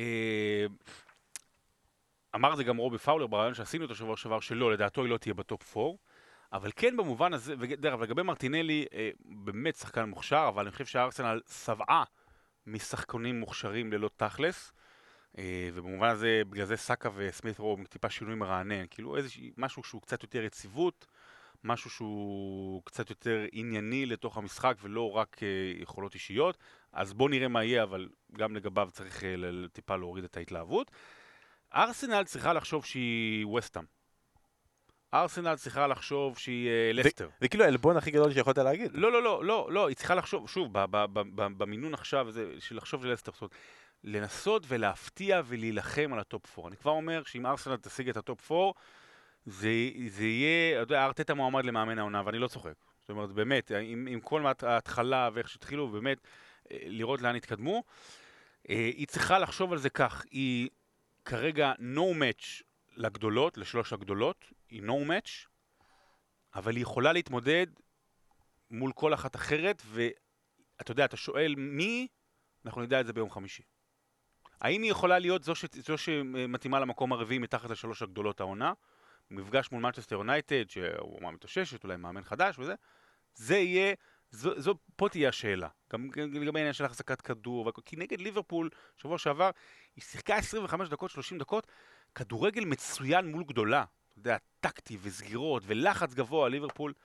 אמר זה גם רובי פאולר ברעיון שעשינו אותו שבוע שעבר שלא, לדעתו היא לא תהיה בטופ ארבע, אבל כן במובן הזה, ודרך אגב, לגבי מרטינלי, באמת שחקן מוכשר, אבל אני חושב שהארסנל שבעה משחקנים מוכשרים ללא תכלס, ובמובן הזה, בגלל זה סאקה וסמית רו טיפה שינוי מרענן, כאילו איזה משהו שהוא קצת יותר יציבות, משהו שהוא קצת יותר ענייני לתוך המשחק ולא רק יכולות אישיות, אז בוא נראה מה יהיה, אבל גם לגביו צריך טיפה להוריד את ההתלהבות. ארסנל צריכה לחשוב שהיא ווסטהאם. ארסנל צריכה לחשוב שהיא לסטר. זה כאילו העלבון הכי גדול שיכולת להגיד. לא, לא, לא, לא, לא, היא צריכה לחשוב, שוב, במינון עכשיו, של לחשוב של לסטר, זאת אומרת, לנסות ולהפתיע ולהילחם על הטופ ארבע. אני כבר אומר שאם ארסנל תשיג את הטופ ארבע, זה יהיה, אתה יודע, ארטטה מועמד למאמן העונה, ואני לא צוחק. זאת אומרת, באמת, עם כל ההתחלה ואיך שהתחילו, באמת, לראות לאן התקדמו, היא צריכה לחשוב על זה כך, היא כרגע no match לגדולות, לשלוש הגדולות, היא no match, אבל היא יכולה להתמודד מול כל אחת אחרת, ואתה יודע, אתה שואל מי, אנחנו נדע את זה ביום חמישי. האם היא יכולה להיות זו, ש... זו שמתאימה למקום הרביעי מתחת לשלוש הגדולות העונה, מפגש מול מנצ'סטר יונייטד, שהוא מה מתאוששת, אולי מאמן חדש וזה, זה יהיה, זו, זו פה תהיה השאלה. גם לגבי העניין של החזקת כדור, כי נגד ליברפול, שבוע שעבר, היא שיחקה עשרים וחמש דקות, שלושים דקות, כדורגל מצוין מול גדולה, אתה יודע, טקטי וסגירות ולחץ גבוה, ליברפול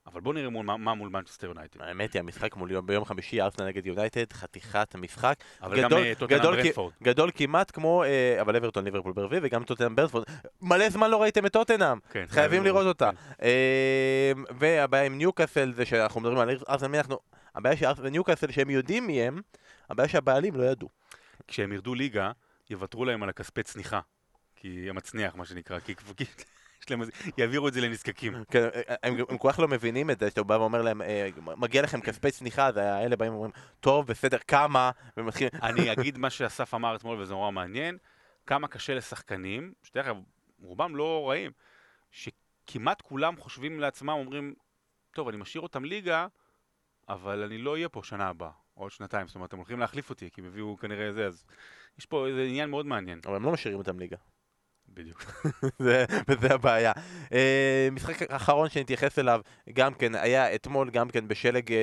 אבל בוא נראה מול, מה, מה מול מנצ'סטר יונייטד. האמת היא, המשחק מול יום, ביום חמישי, ארסנל נגד יונייטד, חתיכת המשחק. אבל גדול, גם טוטנהאם גדול, ברנטפורד. גדול כמעט כמו, אה, אבל אברטון, ליברפול ברביעי, וגם טוטנהאם ברנטפורד. מלא זמן לא ראיתם את טוטנהאם. כן, חייבים לראות אותה. כן. אה, והבעיה עם ניוקאסל זה שאנחנו מדברים על ארסנל, מי אנחנו... הבעיה של ארסנל וניוקאסל שהם יודעים מי הם, הבעיה שהבעלים לא ידעו. כשהם ירדו ליגה, יוותרו להם על הכספי צניחה. כי המצניח, מה שנקרא, כי יש להם, יעבירו את זה לנזקקים. כן, הם, הם כל כך לא מבינים את זה, שאתה בא ואומר להם, מגיע לכם כספי צניחה, אז האלה באים ואומרים, טוב, בסדר, כמה, ומתחיל... אני אגיד מה שאסף אמר אתמול, וזה נורא מעניין, כמה קשה לשחקנים, שדרך אגב, רובם לא רעים, שכמעט כולם חושבים לעצמם, אומרים, טוב, אני משאיר אותם ליגה, אבל אני לא אהיה פה שנה הבאה, או עוד שנתיים, זאת אומרת, הם הולכים להחליף אותי, כי הם הביאו כנראה זה, אז יש פה איזה עניין מאוד מעניין. אבל הם לא משאירים אותם ליגה. בדיוק. וזה הבעיה. משחק האחרון שנתייחס אליו, גם כן, היה אתמול גם כן בשלג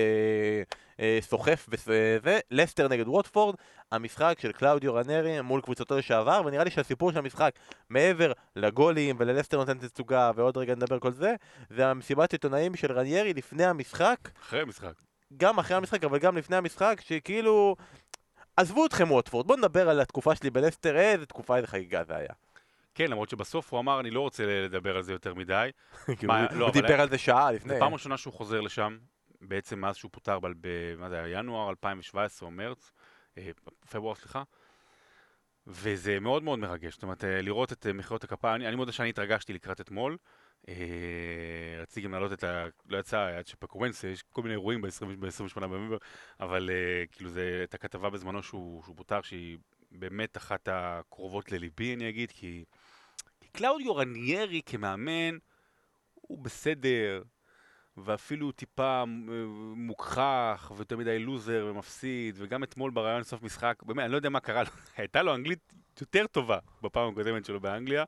סוחף וזה, לסטר נגד ווטפורד, המשחק של קלאודיו רניירי מול קבוצתו לשעבר, ונראה לי שהסיפור של המשחק, מעבר לגולים וללסטר נותנת תצוגה, ועוד רגע נדבר כל זה, זה המסיבת עיתונאים של רניירי לפני המשחק. אחרי המשחק. גם אחרי המשחק, אבל גם לפני המשחק, שכאילו... עזבו אתכם ווטפורד, בואו נדבר על התקופה שלי בלסטר, איזה תקופה, איזה חגיגה זה היה. כן, למרות שבסוף הוא אמר, אני לא רוצה לדבר על זה יותר מדי. הוא דיבר על זה שעה לפני. זה פעם ראשונה שהוא חוזר לשם, בעצם מאז שהוא פוטר במה זה היה, ינואר אלפיים שבע עשרה או מרץ, פברואר סליחה, וזה מאוד מאוד מרגש, זאת אומרת, לראות את מחיאות הכפיים, אני מודה שאני התרגשתי לקראת אתמול, רציתי גם להעלות את ה... לא יצא, עד שפקוונסה, יש כל מיני אירועים ב-עשרים ושמונה בנובמבר, אבל כאילו זה את הכתבה בזמנו שהוא פוטר, שהיא באמת אחת הקרובות לליבי, אני אגיד, כי קלאודיו רניירי כמאמן הוא בסדר, ואפילו טיפה מוכחך, ויותר מדי לוזר ומפסיד, וגם אתמול ברעיון סוף משחק, באמת, אני לא יודע מה קרה לו, הייתה לו אנגלית יותר טובה בפעם הקודמת שלו באנגליה,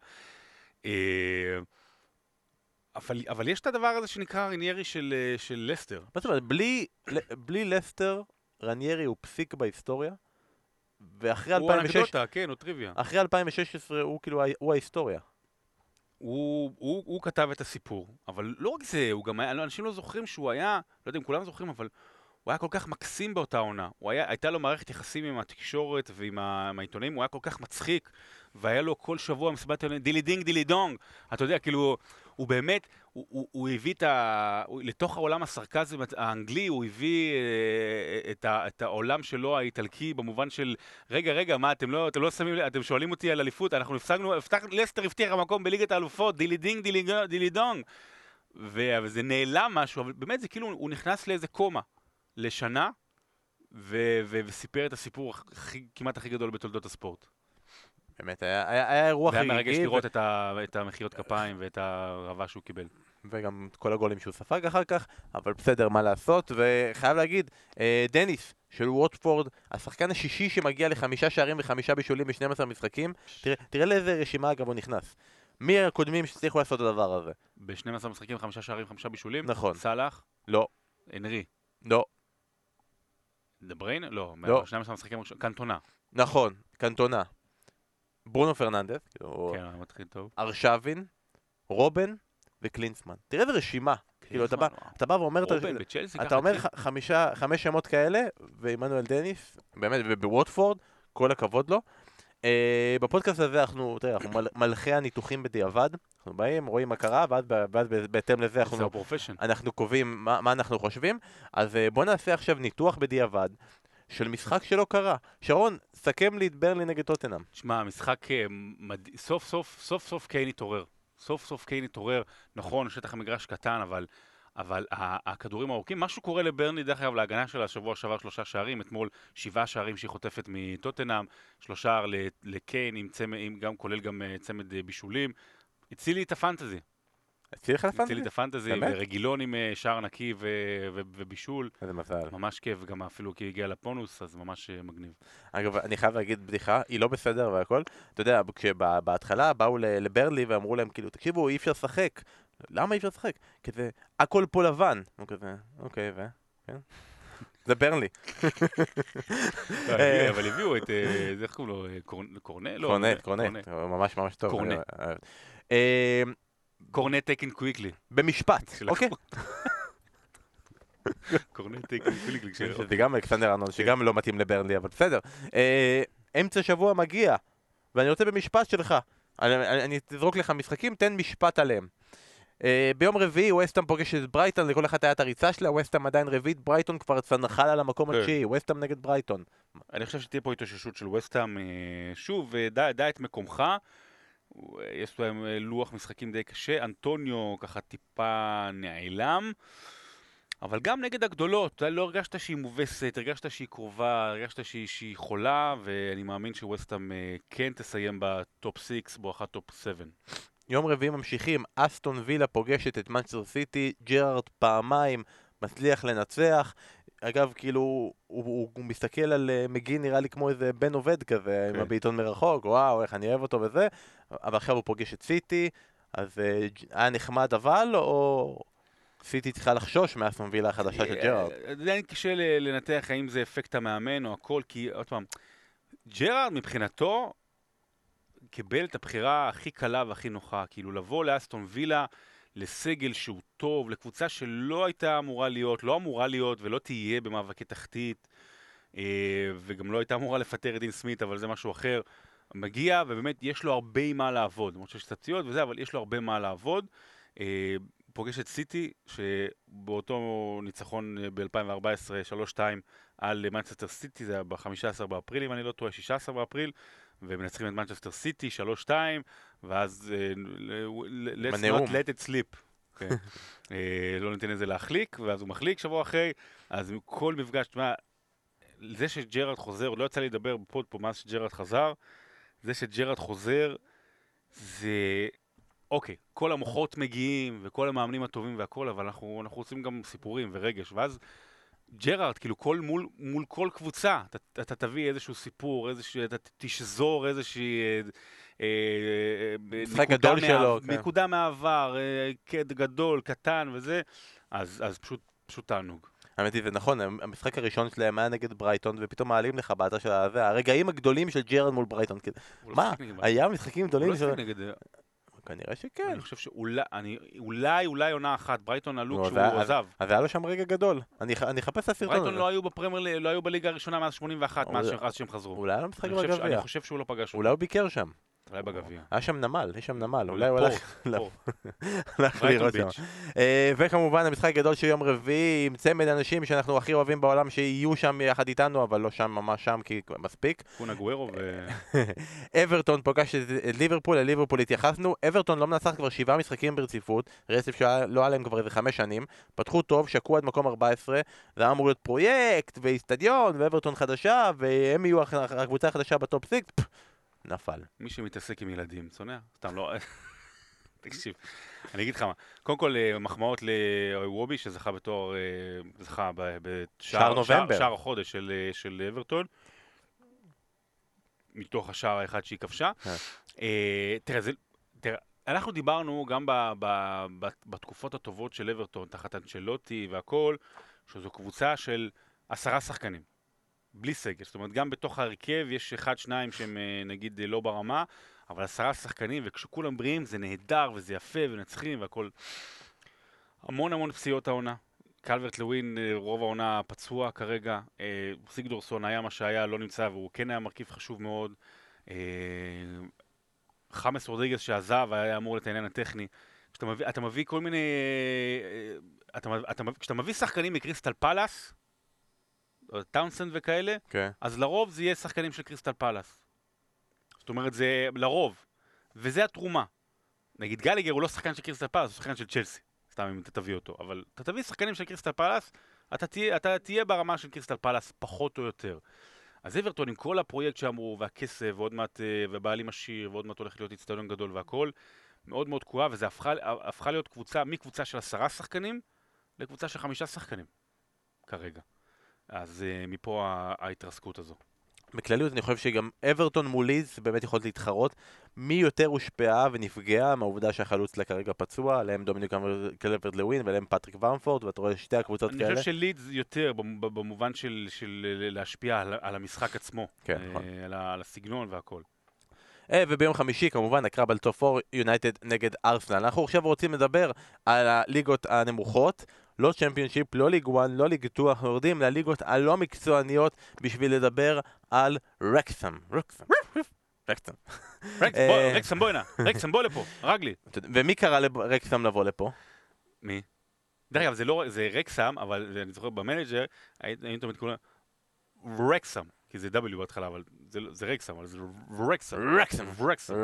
אבל, אבל יש את הדבר הזה שנקרא רניירי של, של לסטר. מה זאת אומרת, בלי, בלי לסטר, רניירי הוא פסיק בהיסטוריה, ואחרי הוא אלפיים ושש... אנקדוטה, כן, הוא טריוויה. אחרי אלפיים ושש עשרה הוא כאילו, הוא ההיסטוריה. הוא, הוא, הוא כתב את הסיפור, אבל לא רק זה, הוא גם היה, אנשים לא זוכרים שהוא היה, לא יודע אם כולם זוכרים, אבל הוא היה כל כך מקסים באותה עונה. הוא היה, הייתה לו מערכת יחסים עם התקשורת ועם העיתונאים, הוא היה כל כך מצחיק, והיה לו כל שבוע מסיבת עיתונאים, דילי דינג, דילי דונג. אתה יודע, כאילו, הוא באמת, הוא, הוא, הוא הביא את ה... לתוך העולם הסרקזם האנגלי, הוא הביא את, ה, את העולם שלו, האיטלקי, במובן של, רגע, רגע, מה, אתם לא, אתם לא שמים, אתם שואלים אותי על אליפות, אנחנו הפסקנו, הפתח, לסטר הבטיח המקום בליגת האלופות, דילי דינג, דילי, דילי דונג. וזה נעלם משהו, אבל באמת זה כאילו, הוא נכנס לאיזה קומה, לשנה, ו- ו- וסיפר את הסיפור הכי, כמעט הכי גדול בתולדות הספורט. באמת, היה, היה, היה אירוע חגיגי. והיה מרגש לראות ו... את, ה- את המחיאות כפיים ואת הרעבה שהוא קיבל. וגם את כל הגולים שהוא ספג אחר כך, אבל בסדר, מה לעשות, וחייב להגיד, אה, דניס של ווטפורד, השחקן השישי שמגיע לחמישה שערים וחמישה בישולים ב-שנים עשר משחקים, תראה, תראה לאיזה רשימה אגב הוא נכנס. מי הקודמים שצריכו לעשות את הדבר הזה? ב-שנים עשר משחקים, חמישה שערים, חמישה בישולים? נכון. סלאח? לא. אנרי? לא. דבריין? לא. לא. שנים עשר משחקים, קנטונה. נכון, קנטונה. ברונו פרננדס, כן, אני מתחיל טוב. ארשווין, רובן וקלינסמן. תראה איזה רשימה. כאילו, אתה בא, אתה בא ואומר, רובן בצ'לסי, אתה אומר חמישה, חמש שמות כאלה, ועמנואל דניס, באמת, ובווטפורד, כל הכבוד לו. בפודקאסט הזה אנחנו, תראה, אנחנו מלכי הניתוחים בדיעבד, אנחנו באים, רואים מה קרה, ואז בהתאם לזה אנחנו קובעים מה אנחנו חושבים. אז בוא נעשה עכשיו ניתוח בדיעבד, של משחק שלא קרה. שרון, סכם לי את ברנלי נגד טוטנהאם. תשמע, המשחק סוף סוף, סוף סוף קיין התעורר. סוף סוף קיין התעורר. נכון, שטח המגרש קטן, אבל, אבל הכדורים הארוכים, משהו קורה לברנלי, דרך אגב, להגנה שלה, השבוע שעבר שלושה שערים, אתמול שבעה שערים שהיא חוטפת מטוטנהאם, שלושה לקיין, עם צמד, עם גם, כולל גם צמד בישולים. הציל לי את הפנטזי. הציל לך לפנטזי? הציל לי את הפנטזי, ורגילון עם שער נקי ובישול. איזה מזל. ממש כיף, וגם אפילו כי הגיע לפונוס, אז ממש מגניב. אגב, אני חייב להגיד בדיחה, היא לא בסדר והכל. אתה יודע, כשבהתחלה באו לברנלי ואמרו להם, כאילו, תקשיבו, אי אפשר לשחק. למה אי אפשר לשחק? כזה, הכל פה לבן. הוא כזה, אוקיי, ו... כן? זה ברנלי. אבל הביאו את, איך קוראים לו, קורנט? קורנט, קורנט, ממש ממש טוב. קורנט. קורנט טקן קוויקלי. במשפט, אוקיי. קורנט קוויליק. זה גם אלכסנדר ארנולד, שגם לא מתאים לברנלי, אבל בסדר. אמצע שבוע מגיע, ואני רוצה במשפט שלך, אני אזרוק לך משחקים, תן משפט עליהם. ביום רביעי ווסטהאם פוגש את ברייטון, לכל אחת היה את הריצה שלה, ווסטהאם עדיין רביעית, ברייטון כבר צנחה לה למקום התשיעי, ווסטהאם נגד ברייטון. אני חושב שתהיה פה התאוששות של ווסטהאם, שוב, דע את מקומך, יש להם לוח משחקים די קשה, אנטוניו ככה טיפה נעלם, אבל גם נגד הגדולות, לא הרגשת שהיא מובסת, הרגשת שהיא קרובה, הרגשת שהיא, שהיא חולה, ואני מאמין שווסטהאם כן תסיים בטופ שש, בואכה טופ שבע. יום רביעי ממשיכים, אסטון וילה פוגשת את מנצ'סטר סיטי, ג'רארד פעמיים מצליח לנצח, אגב כאילו הוא, הוא, הוא מסתכל על מגין נראה לי כמו איזה בן עובד כזה, okay. עם הבעיתון מרחוק, וואו איך אני אוהב אותו וזה, אבל עכשיו הוא פוגש את סיטי, אז היה נחמד אבל או סיטי צריכה לחשוש מאסטון וילה החדשה של ג'רארד? זה קשה לנתח האם זה אפקט המאמן או הכל, כי עוד פעם, ג'רארד מבחינתו קיבל את הבחירה הכי קלה והכי נוחה, כאילו לבוא לאסטון וילה, לסגל שהוא טוב, לקבוצה שלא הייתה אמורה להיות, לא אמורה להיות ולא תהיה במאבקי תחתית, וגם לא הייתה אמורה לפטר את דין סמית, אבל זה משהו אחר, מגיע ובאמת יש לו הרבה מה לעבוד, למרות שיש תציות וזה, אבל יש לו הרבה מה לעבוד, פוגש את סיטי, שבאותו ניצחון ב-אלפיים וארבע עשרה שלוש שתיים על מנצ'סטר סיטי, זה היה ב-חמישה עשר באפריל, אם אני לא טועה, שישה עשר באפריל, ומנצחים את מנצ'סטר סיטי, שלוש שתיים, ואז let's not let it slip. לא ניתן לזה להחליק, ואז הוא מחליק שבוע אחרי, אז כל מפגש, זה שג'רארד חוזר, עוד לא יצא לי לדבר בפוד פה מאז שג'רארד חזר, זה שג'רארד חוזר, זה... אוקיי, כל המוחות מגיעים, וכל המאמנים הטובים והכל, אבל אנחנו, אנחנו רוצים גם סיפורים ורגש, ואז ג'רארד, כאילו כל, מול, מול כל קבוצה, אתה, אתה תביא איזשהו סיפור, איזשהו, אתה תשזור איזושהי אה, אה, נקודה, מה, שלו, נקודה כן. מהעבר, אה, קד גדול, קטן וזה, אז, אז פשוט, פשוט תענוג. האמת היא, זה נכון, המשחק הראשון שלהם היה נגד ברייטון, ופתאום מעלים לך באתר של הזה, הרגעים הגדולים של ג'רארד מול ברייטון. מה? היה משחקים גדולים? הוא לא שחק נגד... כנראה שכן. אני חושב שאולי, אני, אולי, אולי עונה אחת, ברייטון עלו כשהוא עזב. אז היה לו שם רגע גדול. אני אחפש את הסרטון. ברייטון לא היו בפרמייר, לא היו בליגה הראשונה מאז שמונים ואחת, מאז שהם חזרו. אולי היה לו משחק בגביע. אני חושב שהוא לא פגש. אולי הוא ביקר שם. אולי בגביע. היה שם נמל, יש שם נמל. אולי הוא הלך לראות שם. וכמובן המשחק הגדול של יום רביעי, עם צמד אנשים שאנחנו הכי אוהבים בעולם שיהיו שם יחד איתנו, אבל לא שם ממש שם כי מספיק. קון אגוארו ו... אברטון פוגש את ליברפול, לליברפול התייחסנו, אברטון לא מנצח כבר שבעה משחקים ברציפות, רצף שלא היה להם כבר איזה חמש שנים, פתחו טוב, שקעו עד מקום ארבע עשרה, זה אמור להיות פרויקט ואיסטדיון ואברטון חדשה, והם יהיו הקבוצה החדשה בטופ שש, נפל. מי שמתעסק עם ילדים, צונע? סתם לא... תקשיב, אני אגיד לך מה, קודם כל מחמאות לוובי שזכה בתואר, זכה בשער נובמבר, שער החודש של אברטון, מתוך השער האחד שהיא כבשה. תראה, אנחנו דיברנו גם בתקופות הטובות של אברטון, תחת אנצ'לוטי והכל, שזו קבוצה של עשרה שחקנים, בלי סגל. זאת אומרת, גם בתוך הרכב יש אחד, שניים שהם נגיד לא ברמה, אבל עשרה שחקנים, וכשכולם בריאים זה נהדר וזה יפה ונצחים והכל. המון המון פציעות העונה. קלברט לווין רוב העונה פצוע כרגע, סיגדורסון היה מה שהיה, לא נמצא, והוא כן היה מרכיב חשוב מאוד. חמאס רודריגז שעזב היה אמור את העניין הטכני. כשאתה מביא, אתה מביא כל מיני... אתה, אתה, כשאתה מביא שחקנים מקריסטל פלאס, טאונסנד וכאלה, okay. אז לרוב זה יהיה שחקנים של קריסטל פלאס. זאת אומרת, זה לרוב. וזה התרומה. נגיד גליגר הוא לא שחקן של קריסטל פלאס, הוא שחקן של צ'לסי. סתם אם אתה תביא אותו. אבל אתה תביא שחקנים של קריסטל פלאס, אתה תהיה, אתה תהיה ברמה של קריסטל פלאס פחות או יותר. אז אברטון עם כל הפרויקט שאמרו, והכסף, ועוד מעט, ובעלים עשיר, ועוד מעט הולך להיות אצטדיון גדול והכל, מאוד מאוד תקועה, וזה הפכה, הפכה להיות קבוצה, מקבוצה של עשרה שחקנים, לקבוצה של חמישה שחקנים, כרגע. אז מפה ההתרסקות הזו. בכלליות אני חושב שגם אברטון מול לידס באמת יכולת להתחרות מי יותר הושפעה ונפגעה מהעובדה שהחלוץ לה כרגע פצוע, עליהם דומיניק קלברט לווין ועליהם פטריק ורמפורד, ואתה רואה שתי הקבוצות כאלה. אני חושב שלידס יותר במובן של, של להשפיע על, על המשחק עצמו, כן, נכון. על, על הסגנון והכל. אה, וביום חמישי כמובן הקרב על טופ ארבע יונייטד נגד ארסנל. אנחנו עכשיו רוצים לדבר על הליגות הנמוכות, לא צ'מפיונשיפ, לא ליג אחת, לא ליג שתיים, אנחנו יורדים לליגות הלא מקצועניות בשביל לדבר על רקסם. רקסם. רקסם. רקסם בוא הנה, רקסם בוא לפה, רגלי. ומי קרא לרקסם לבוא לפה? מי? דרך אגב, זה לא, זה רקסם, אבל אני זוכר במנג'ר, היינו תמיד קוראים רקסם, כי זה W בהתחלה, אבל זה רקסם, אבל זה רקסם. רקסם. רקסם.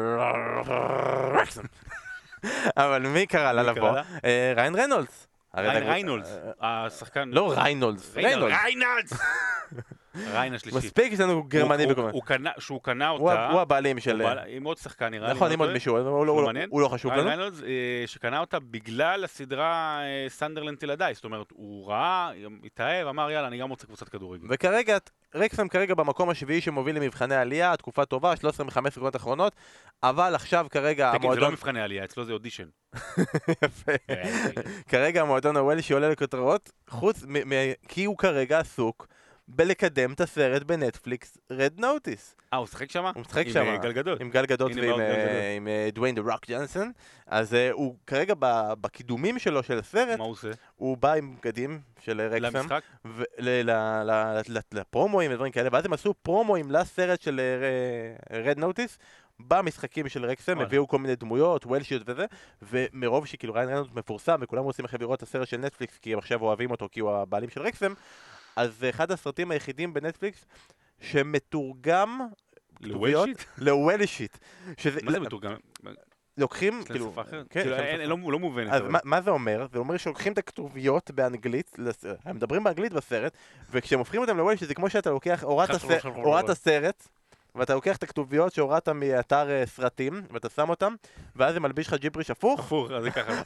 רקסם. אבל מי קרא לה לבוא? ריין רנולדס. ריין ריינולדס, השחקן... לא ריינולדס, ריינולדס. ריינולדס! ריין השלישי. מספיק יש לנו גרמני בקומן. שהוא קנה אותה... הוא הבעלים של... עם עוד שחקן נראה לי. נכון, עם עוד מישהו, הוא לא חשוב לנו. ריין ריינולדס שקנה אותה בגלל הסדרה סנדרלנד תילדיי. זאת אומרת, הוא ראה, התאהב, אמר יאללה, אני גם רוצה קבוצת כדורגל. וכרגע, רקסם כרגע במקום השביעי שמוביל למבחני עלייה, תקופה טובה, שלוש עשרה וחמש עשרה האחרונות, אבל עכשיו כרגע המועדון... תגיד, זה לא מבחני עלייה, אצלו זה אודישן. יפה. כרגע המועדון הוואלי שעולה לכותרות, חוץ מ... כי הוא כרגע עסוק בלקדם את הסרט בנטפליקס Red Notice. אה, הוא משחק שמה? הוא משחק שמה. עם גל גדות. עם גל גדות ועם דוויין דה רוק ג'ונסון. אז הוא כרגע בקידומים שלו של הסרט, מה הוא עושה? הוא בא עם בגדים של רקסם. למשחק? לפרומואים ודברים כאלה, ואז הם עשו פרומואים לסרט של Red Notice, במשחקים של רקסם, הביאו כל מיני דמויות, וולשיות וזה, ומרוב שכאילו ריין רנולדס מפורסם, וכולם רוצים עכשיו לראות את הסרט של נטפליקס, כי הם עכשיו אוהבים אותו, כי הוא הבעלים של רקסם, אז זה אחד הסרטים היחידים בנטפליקס שמתורגם לוולשית? לוולשית. מה זה מתורגם? לוקחים, כאילו, לא מובנת. אז מה זה אומר? זה אומר שלוקחים את הכתוביות באנגלית, הם מדברים באנגלית בסרט, וכשהם הופכים אותם לוולשית, זה כמו שאתה לוקח, הוראת הסרט, ואתה לוקח את הכתוביות שהורדת מאתר סרטים, ואתה שם אותם, ואז זה מלביש לך ג'יבריש הפוך. הפוך, אז זה ככה.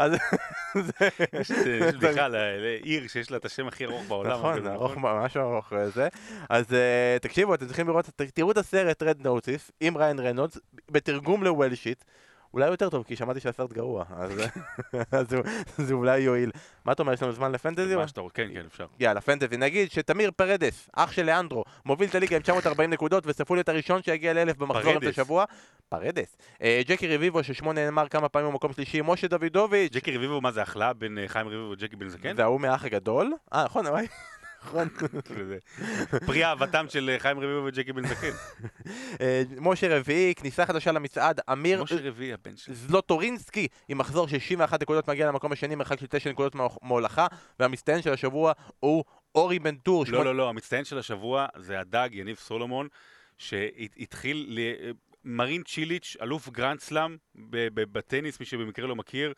יש בדיחה לעיר שיש לה את השם הכי ארוך בעולם. נכון, ארוך, ממש ארוך זה. אז תקשיבו, אתם צריכים לראות, תראו את הסרט Red Notice עם ריין רנולדס, בתרגום לוולשית, אולי יותר טוב, כי שמעתי שהסרט גרוע, אז זה אולי יועיל. מה אתה אומר, יש לנו זמן לפנטזי? מה שאתה רוצה, כן, כן, אפשר. יאללה, פנטזי. נגיד שתמיר פרדס, אח של לאנדרו, מוביל את הליגה עם תשע מאות וארבעים נקודות, וספו לי את הראשון שיגיע לאלף במחזור את השבוע. פרדס. ג'קי רביבו, ששמו נאמר כמה פעמים במקום שלישי, משה דוידוביץ'. ג'קי רביבו, מה זה החלאה בין חיים רביבו וג'קי בן זקן? זה ההוא מאח הגדול. אה, נכון, אבל... פרי אהבתם של חיים רביבו וג'קי בן זקן. משה רביעי, כניסה חדשה למצעד, אמיר זלוטורינסקי עם מחזור שישים ואחת נקודות, מגיע למקום השני, מרחק של תשע נקודות מהולכה, והמצטיין של השבוע הוא אורי בן טור. לא, לא, לא, המצטיין של השבוע זה הדג יניב סולומון, שהתחיל מרין צ'יליץ', אלוף גרנד סלאם בטניס, מי שבמקרה לא מכיר,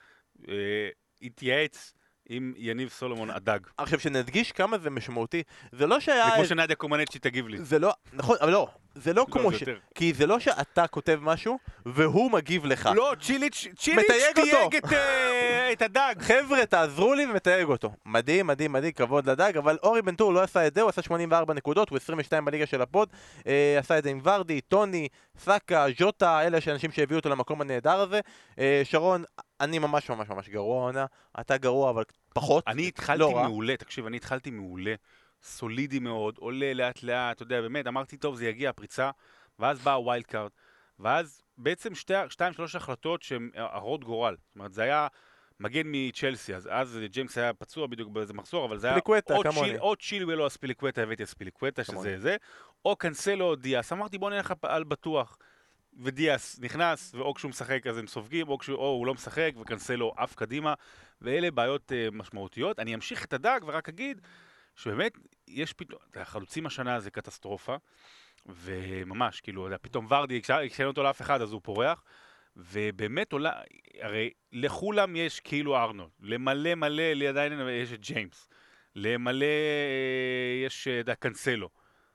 התייעץ עם יניב סולומון הדג. עכשיו שנדגיש כמה זה משמעותי, זה לא שהיה... זה כמו שנדיה קומנצ'י תגיב לי. זה לא, נכון, אבל לא, זה לא כמו ש... כי זה לא שאתה כותב משהו, והוא מגיב לך. לא, צ'יליץ', צ'יליץ' תייג את הדג. חבר'ה, תעזרו לי ומתייג אותו. מדהים, מדהים, מדהים, כבוד לדג, אבל אורי בן טור לא עשה את זה, הוא עשה שמונים וארבע נקודות, הוא עשרים ושתיים בליגה של הפוד, עשה את זה עם ורדי, טוני, סאקה, ז'וטה, אלה האנשים שהביאו אותו למקום הנהדר הזה. שרון, אני ממש ממש ממש גרוע עונה, אתה גרוע אבל פחות. אני התחלתי מעולה, תקשיב, אני התחלתי מעולה, סולידי מאוד, עולה לאט לאט, אתה יודע, באמת, אמרתי טוב, זה יגיע הפריצה, ואז בא הווילד קארד, ואז בעצם שתי, שתיים, שלוש החלטות שהן הרות גורל. זאת אומרת, זה היה מגן מצ'לסי, אז אז ג'יימס היה פצוע בדיוק באיזה מחזור, אבל זה היה או צ'ילואל או הספיליקווטה, הבאתי הספיליקווטה, שזה זה, או קנסלו או דיאס. אמרתי בוא נלך על בטוח. ודיאס נכנס, ואו כשהוא משחק אז הם סופגים, או כשהוא או הוא לא משחק, וקנסלו אף קדימה, ואלה בעיות uh, משמעותיות. אני אמשיך את הדג ורק אגיד שבאמת יש פתאום, החלוצים השנה זה קטסטרופה, וממש, כאילו, פתאום ורדי, כשאין אותו לאף אחד אז הוא פורח, ובאמת עולה, הרי לכולם יש כאילו ארנולד, למלא מלא, לי עדיין יש את ג'יימס, למלא יש את קנסלו,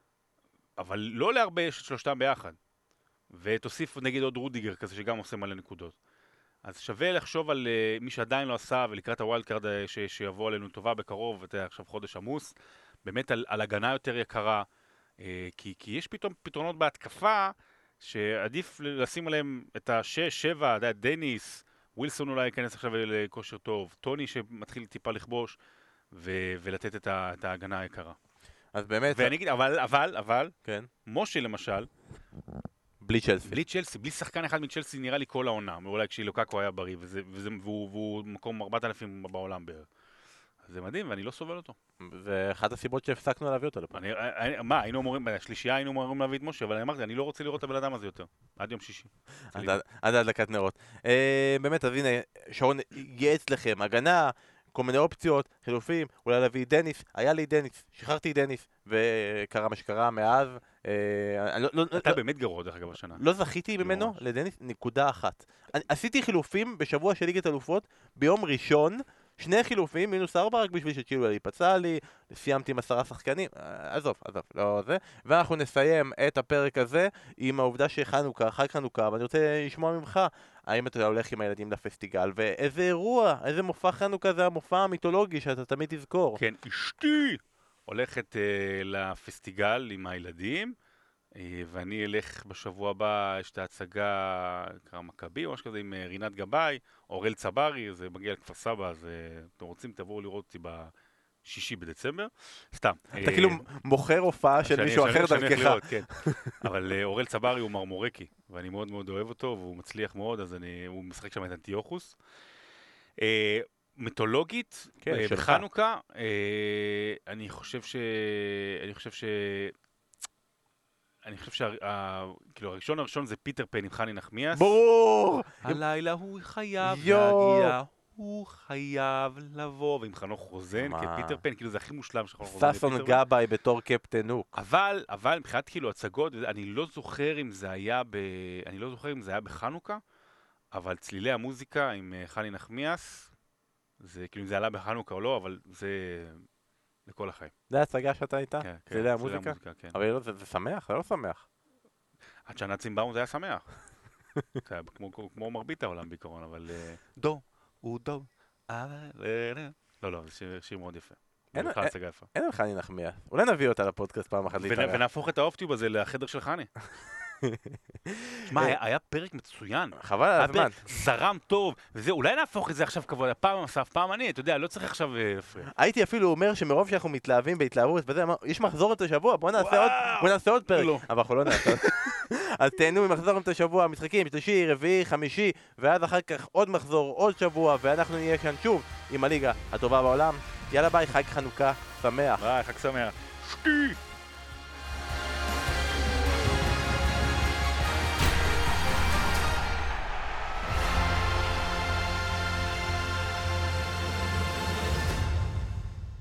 אבל לא להרבה יש את שלושתם ביחד. ותוסיף נגיד עוד רודיגר כזה שגם עושה מלא נקודות. אז שווה לחשוב על uh, מי שעדיין לא עשה ולקראת הווילד קארד ש- שיבוא עלינו טובה בקרוב, ואתה עכשיו חודש עמוס, באמת על, על הגנה יותר יקרה, uh, כי, כי יש פתאום פתרונות בהתקפה שעדיף לשים עליהם את השש, שבע, דניס, ווילסון אולי ייכנס עכשיו לכושר טוב, טוני שמתחיל טיפה לכבוש ו- ולתת את, ה- את ההגנה היקרה. אז באמת... ואני אגיד, אבל, אבל, אבל, כן. משה למשל, בלי צ'לסי. בלי צ'לסי, בלי שחקן אחד מצ'לסי נראה לי כל העונה, אולי כשלוקאקו היה בריא, וזה, וזה, והוא, והוא מקום ארבעת אלפים בעולם בערך. זה מדהים, ואני לא סובל אותו. זה אחת הסיבות שהפסקנו להביא אותו לפה. אני, אני, מה, היינו אמורים, בשלישייה היינו אמורים להביא את משה, אבל אני אמרתי, אני לא רוצה לראות את הבן אדם הזה יותר. עד יום שישי. עד עד הדלקת נרות. אה, באמת, אז הנה, שרון ייעץ לכם, הגנה, כל מיני אופציות, חילופים, אולי להביא דניס, היה לי דניס, שחררתי דניס, וקרה מה שקרה מאז. אה, אני לא, לא, אתה לא, באמת גרוע, דרך אגב, השנה. לא זכיתי ממנו ממש. לדניס נקודה אחת. אני, עשיתי חילופים בשבוע של ליגת אלופות, ביום ראשון, שני חילופים, מינוס ארבע, רק בשביל שצ'ילואל ייפצע לי, סיימתי עם עשרה שחקנים, אה, עזוב, עזוב, לא זה. ואנחנו נסיים את הפרק הזה עם העובדה שחנוכה, חג חנוכה, ואני רוצה לשמוע ממך, האם אתה הולך עם הילדים לפסטיגל, ואיזה אירוע, איזה מופע חנוכה זה המופע המיתולוגי שאתה תמיד תזכור. כן, אשתי הולכת אה, לפסטיגל עם הילדים, אה, ואני אלך בשבוע הבא, יש את ההצגה, נקרא מכבי או משהו כזה, עם אה, רינת גבאי, אורל צברי, זה מגיע לכפר סבא, אז אה, אתם רוצים, תבואו לראות אותי בשישי בדצמבר, סתם. אתה כאילו מוכר הופעה של מישהו אחר דרכך. אבל אה, אורל צברי הוא מרמורקי, ואני מאוד מאוד אוהב אותו, והוא מצליח מאוד, אז אני, הוא משחק שם את אנטיוכוס. אה, מיתולוגית, כן, אה, שלך. בחנוכה, אה, אני חושב ש... אני חושב ש... אני חושב שה... ה- כאילו, הראשון הראשון זה פיטר פן עם חני נחמיאס. ברור! הלילה הוא חייב יואו. להגיע, הוא חייב לבוא, ועם חנוך רוזן מה? כפיטר פן, כאילו זה הכי מושלם של חנוך רוזן. ששון ופיטר פן. גבאי בתור קפטן הוק. אבל, אבל מבחינת כאילו הצגות, אני לא זוכר אם זה היה ב... אני לא זוכר אם זה היה בחנוכה, אבל צלילי המוזיקה עם אה, חני נחמיאס, זה כאילו אם זה עלה בחנוכה או לא, אבל זה לכל החיים. זה ההצגה שאתה הייתה? כן, כן, צלילי המוזיקה? כן. אבל לא, זה זה שמח, זה לא שמח. עד שהנאצים באו זה היה שמח. זה היה כמו, כמו, כמו מרבית העולם בעיקרון, אבל... אה, דו, הוא דו, אבל... לא, לא, זה שיר, שיר מאוד יפה. אין- זה בכלל הצגה יפה. אין על חני נחמיאס. אולי נביא אותה לפודקאסט פעם אחת ונ- להתארח. ונהפוך את האופטיוב הזה לחדר של חני. שמע, היה, היה פרק מצוין. חבל על היה הזמן. פרק זרם טוב, וזה, אולי נהפוך את זה עכשיו כבוד, פעם אסף, פעם אני, אתה יודע, לא צריך עכשיו אה, להפריע. הייתי אפילו אומר שמרוב שאנחנו מתלהבים בהתלהבות וזה, אמר, יש מחזור את השבוע, בוא נעשה וואו. עוד, בוא נעשה עוד פרק. לא. אבל אנחנו לא נעשה. אז תהנו ממחזור את השבוע, משחקים, שלישי, רביעי, חמישי, ואז אחר כך עוד מחזור, עוד שבוע, ואנחנו נהיה כאן שוב עם הליגה הטובה בעולם. יאללה ביי, חג חנוכה שמח. ביי, חג שמח. שטי!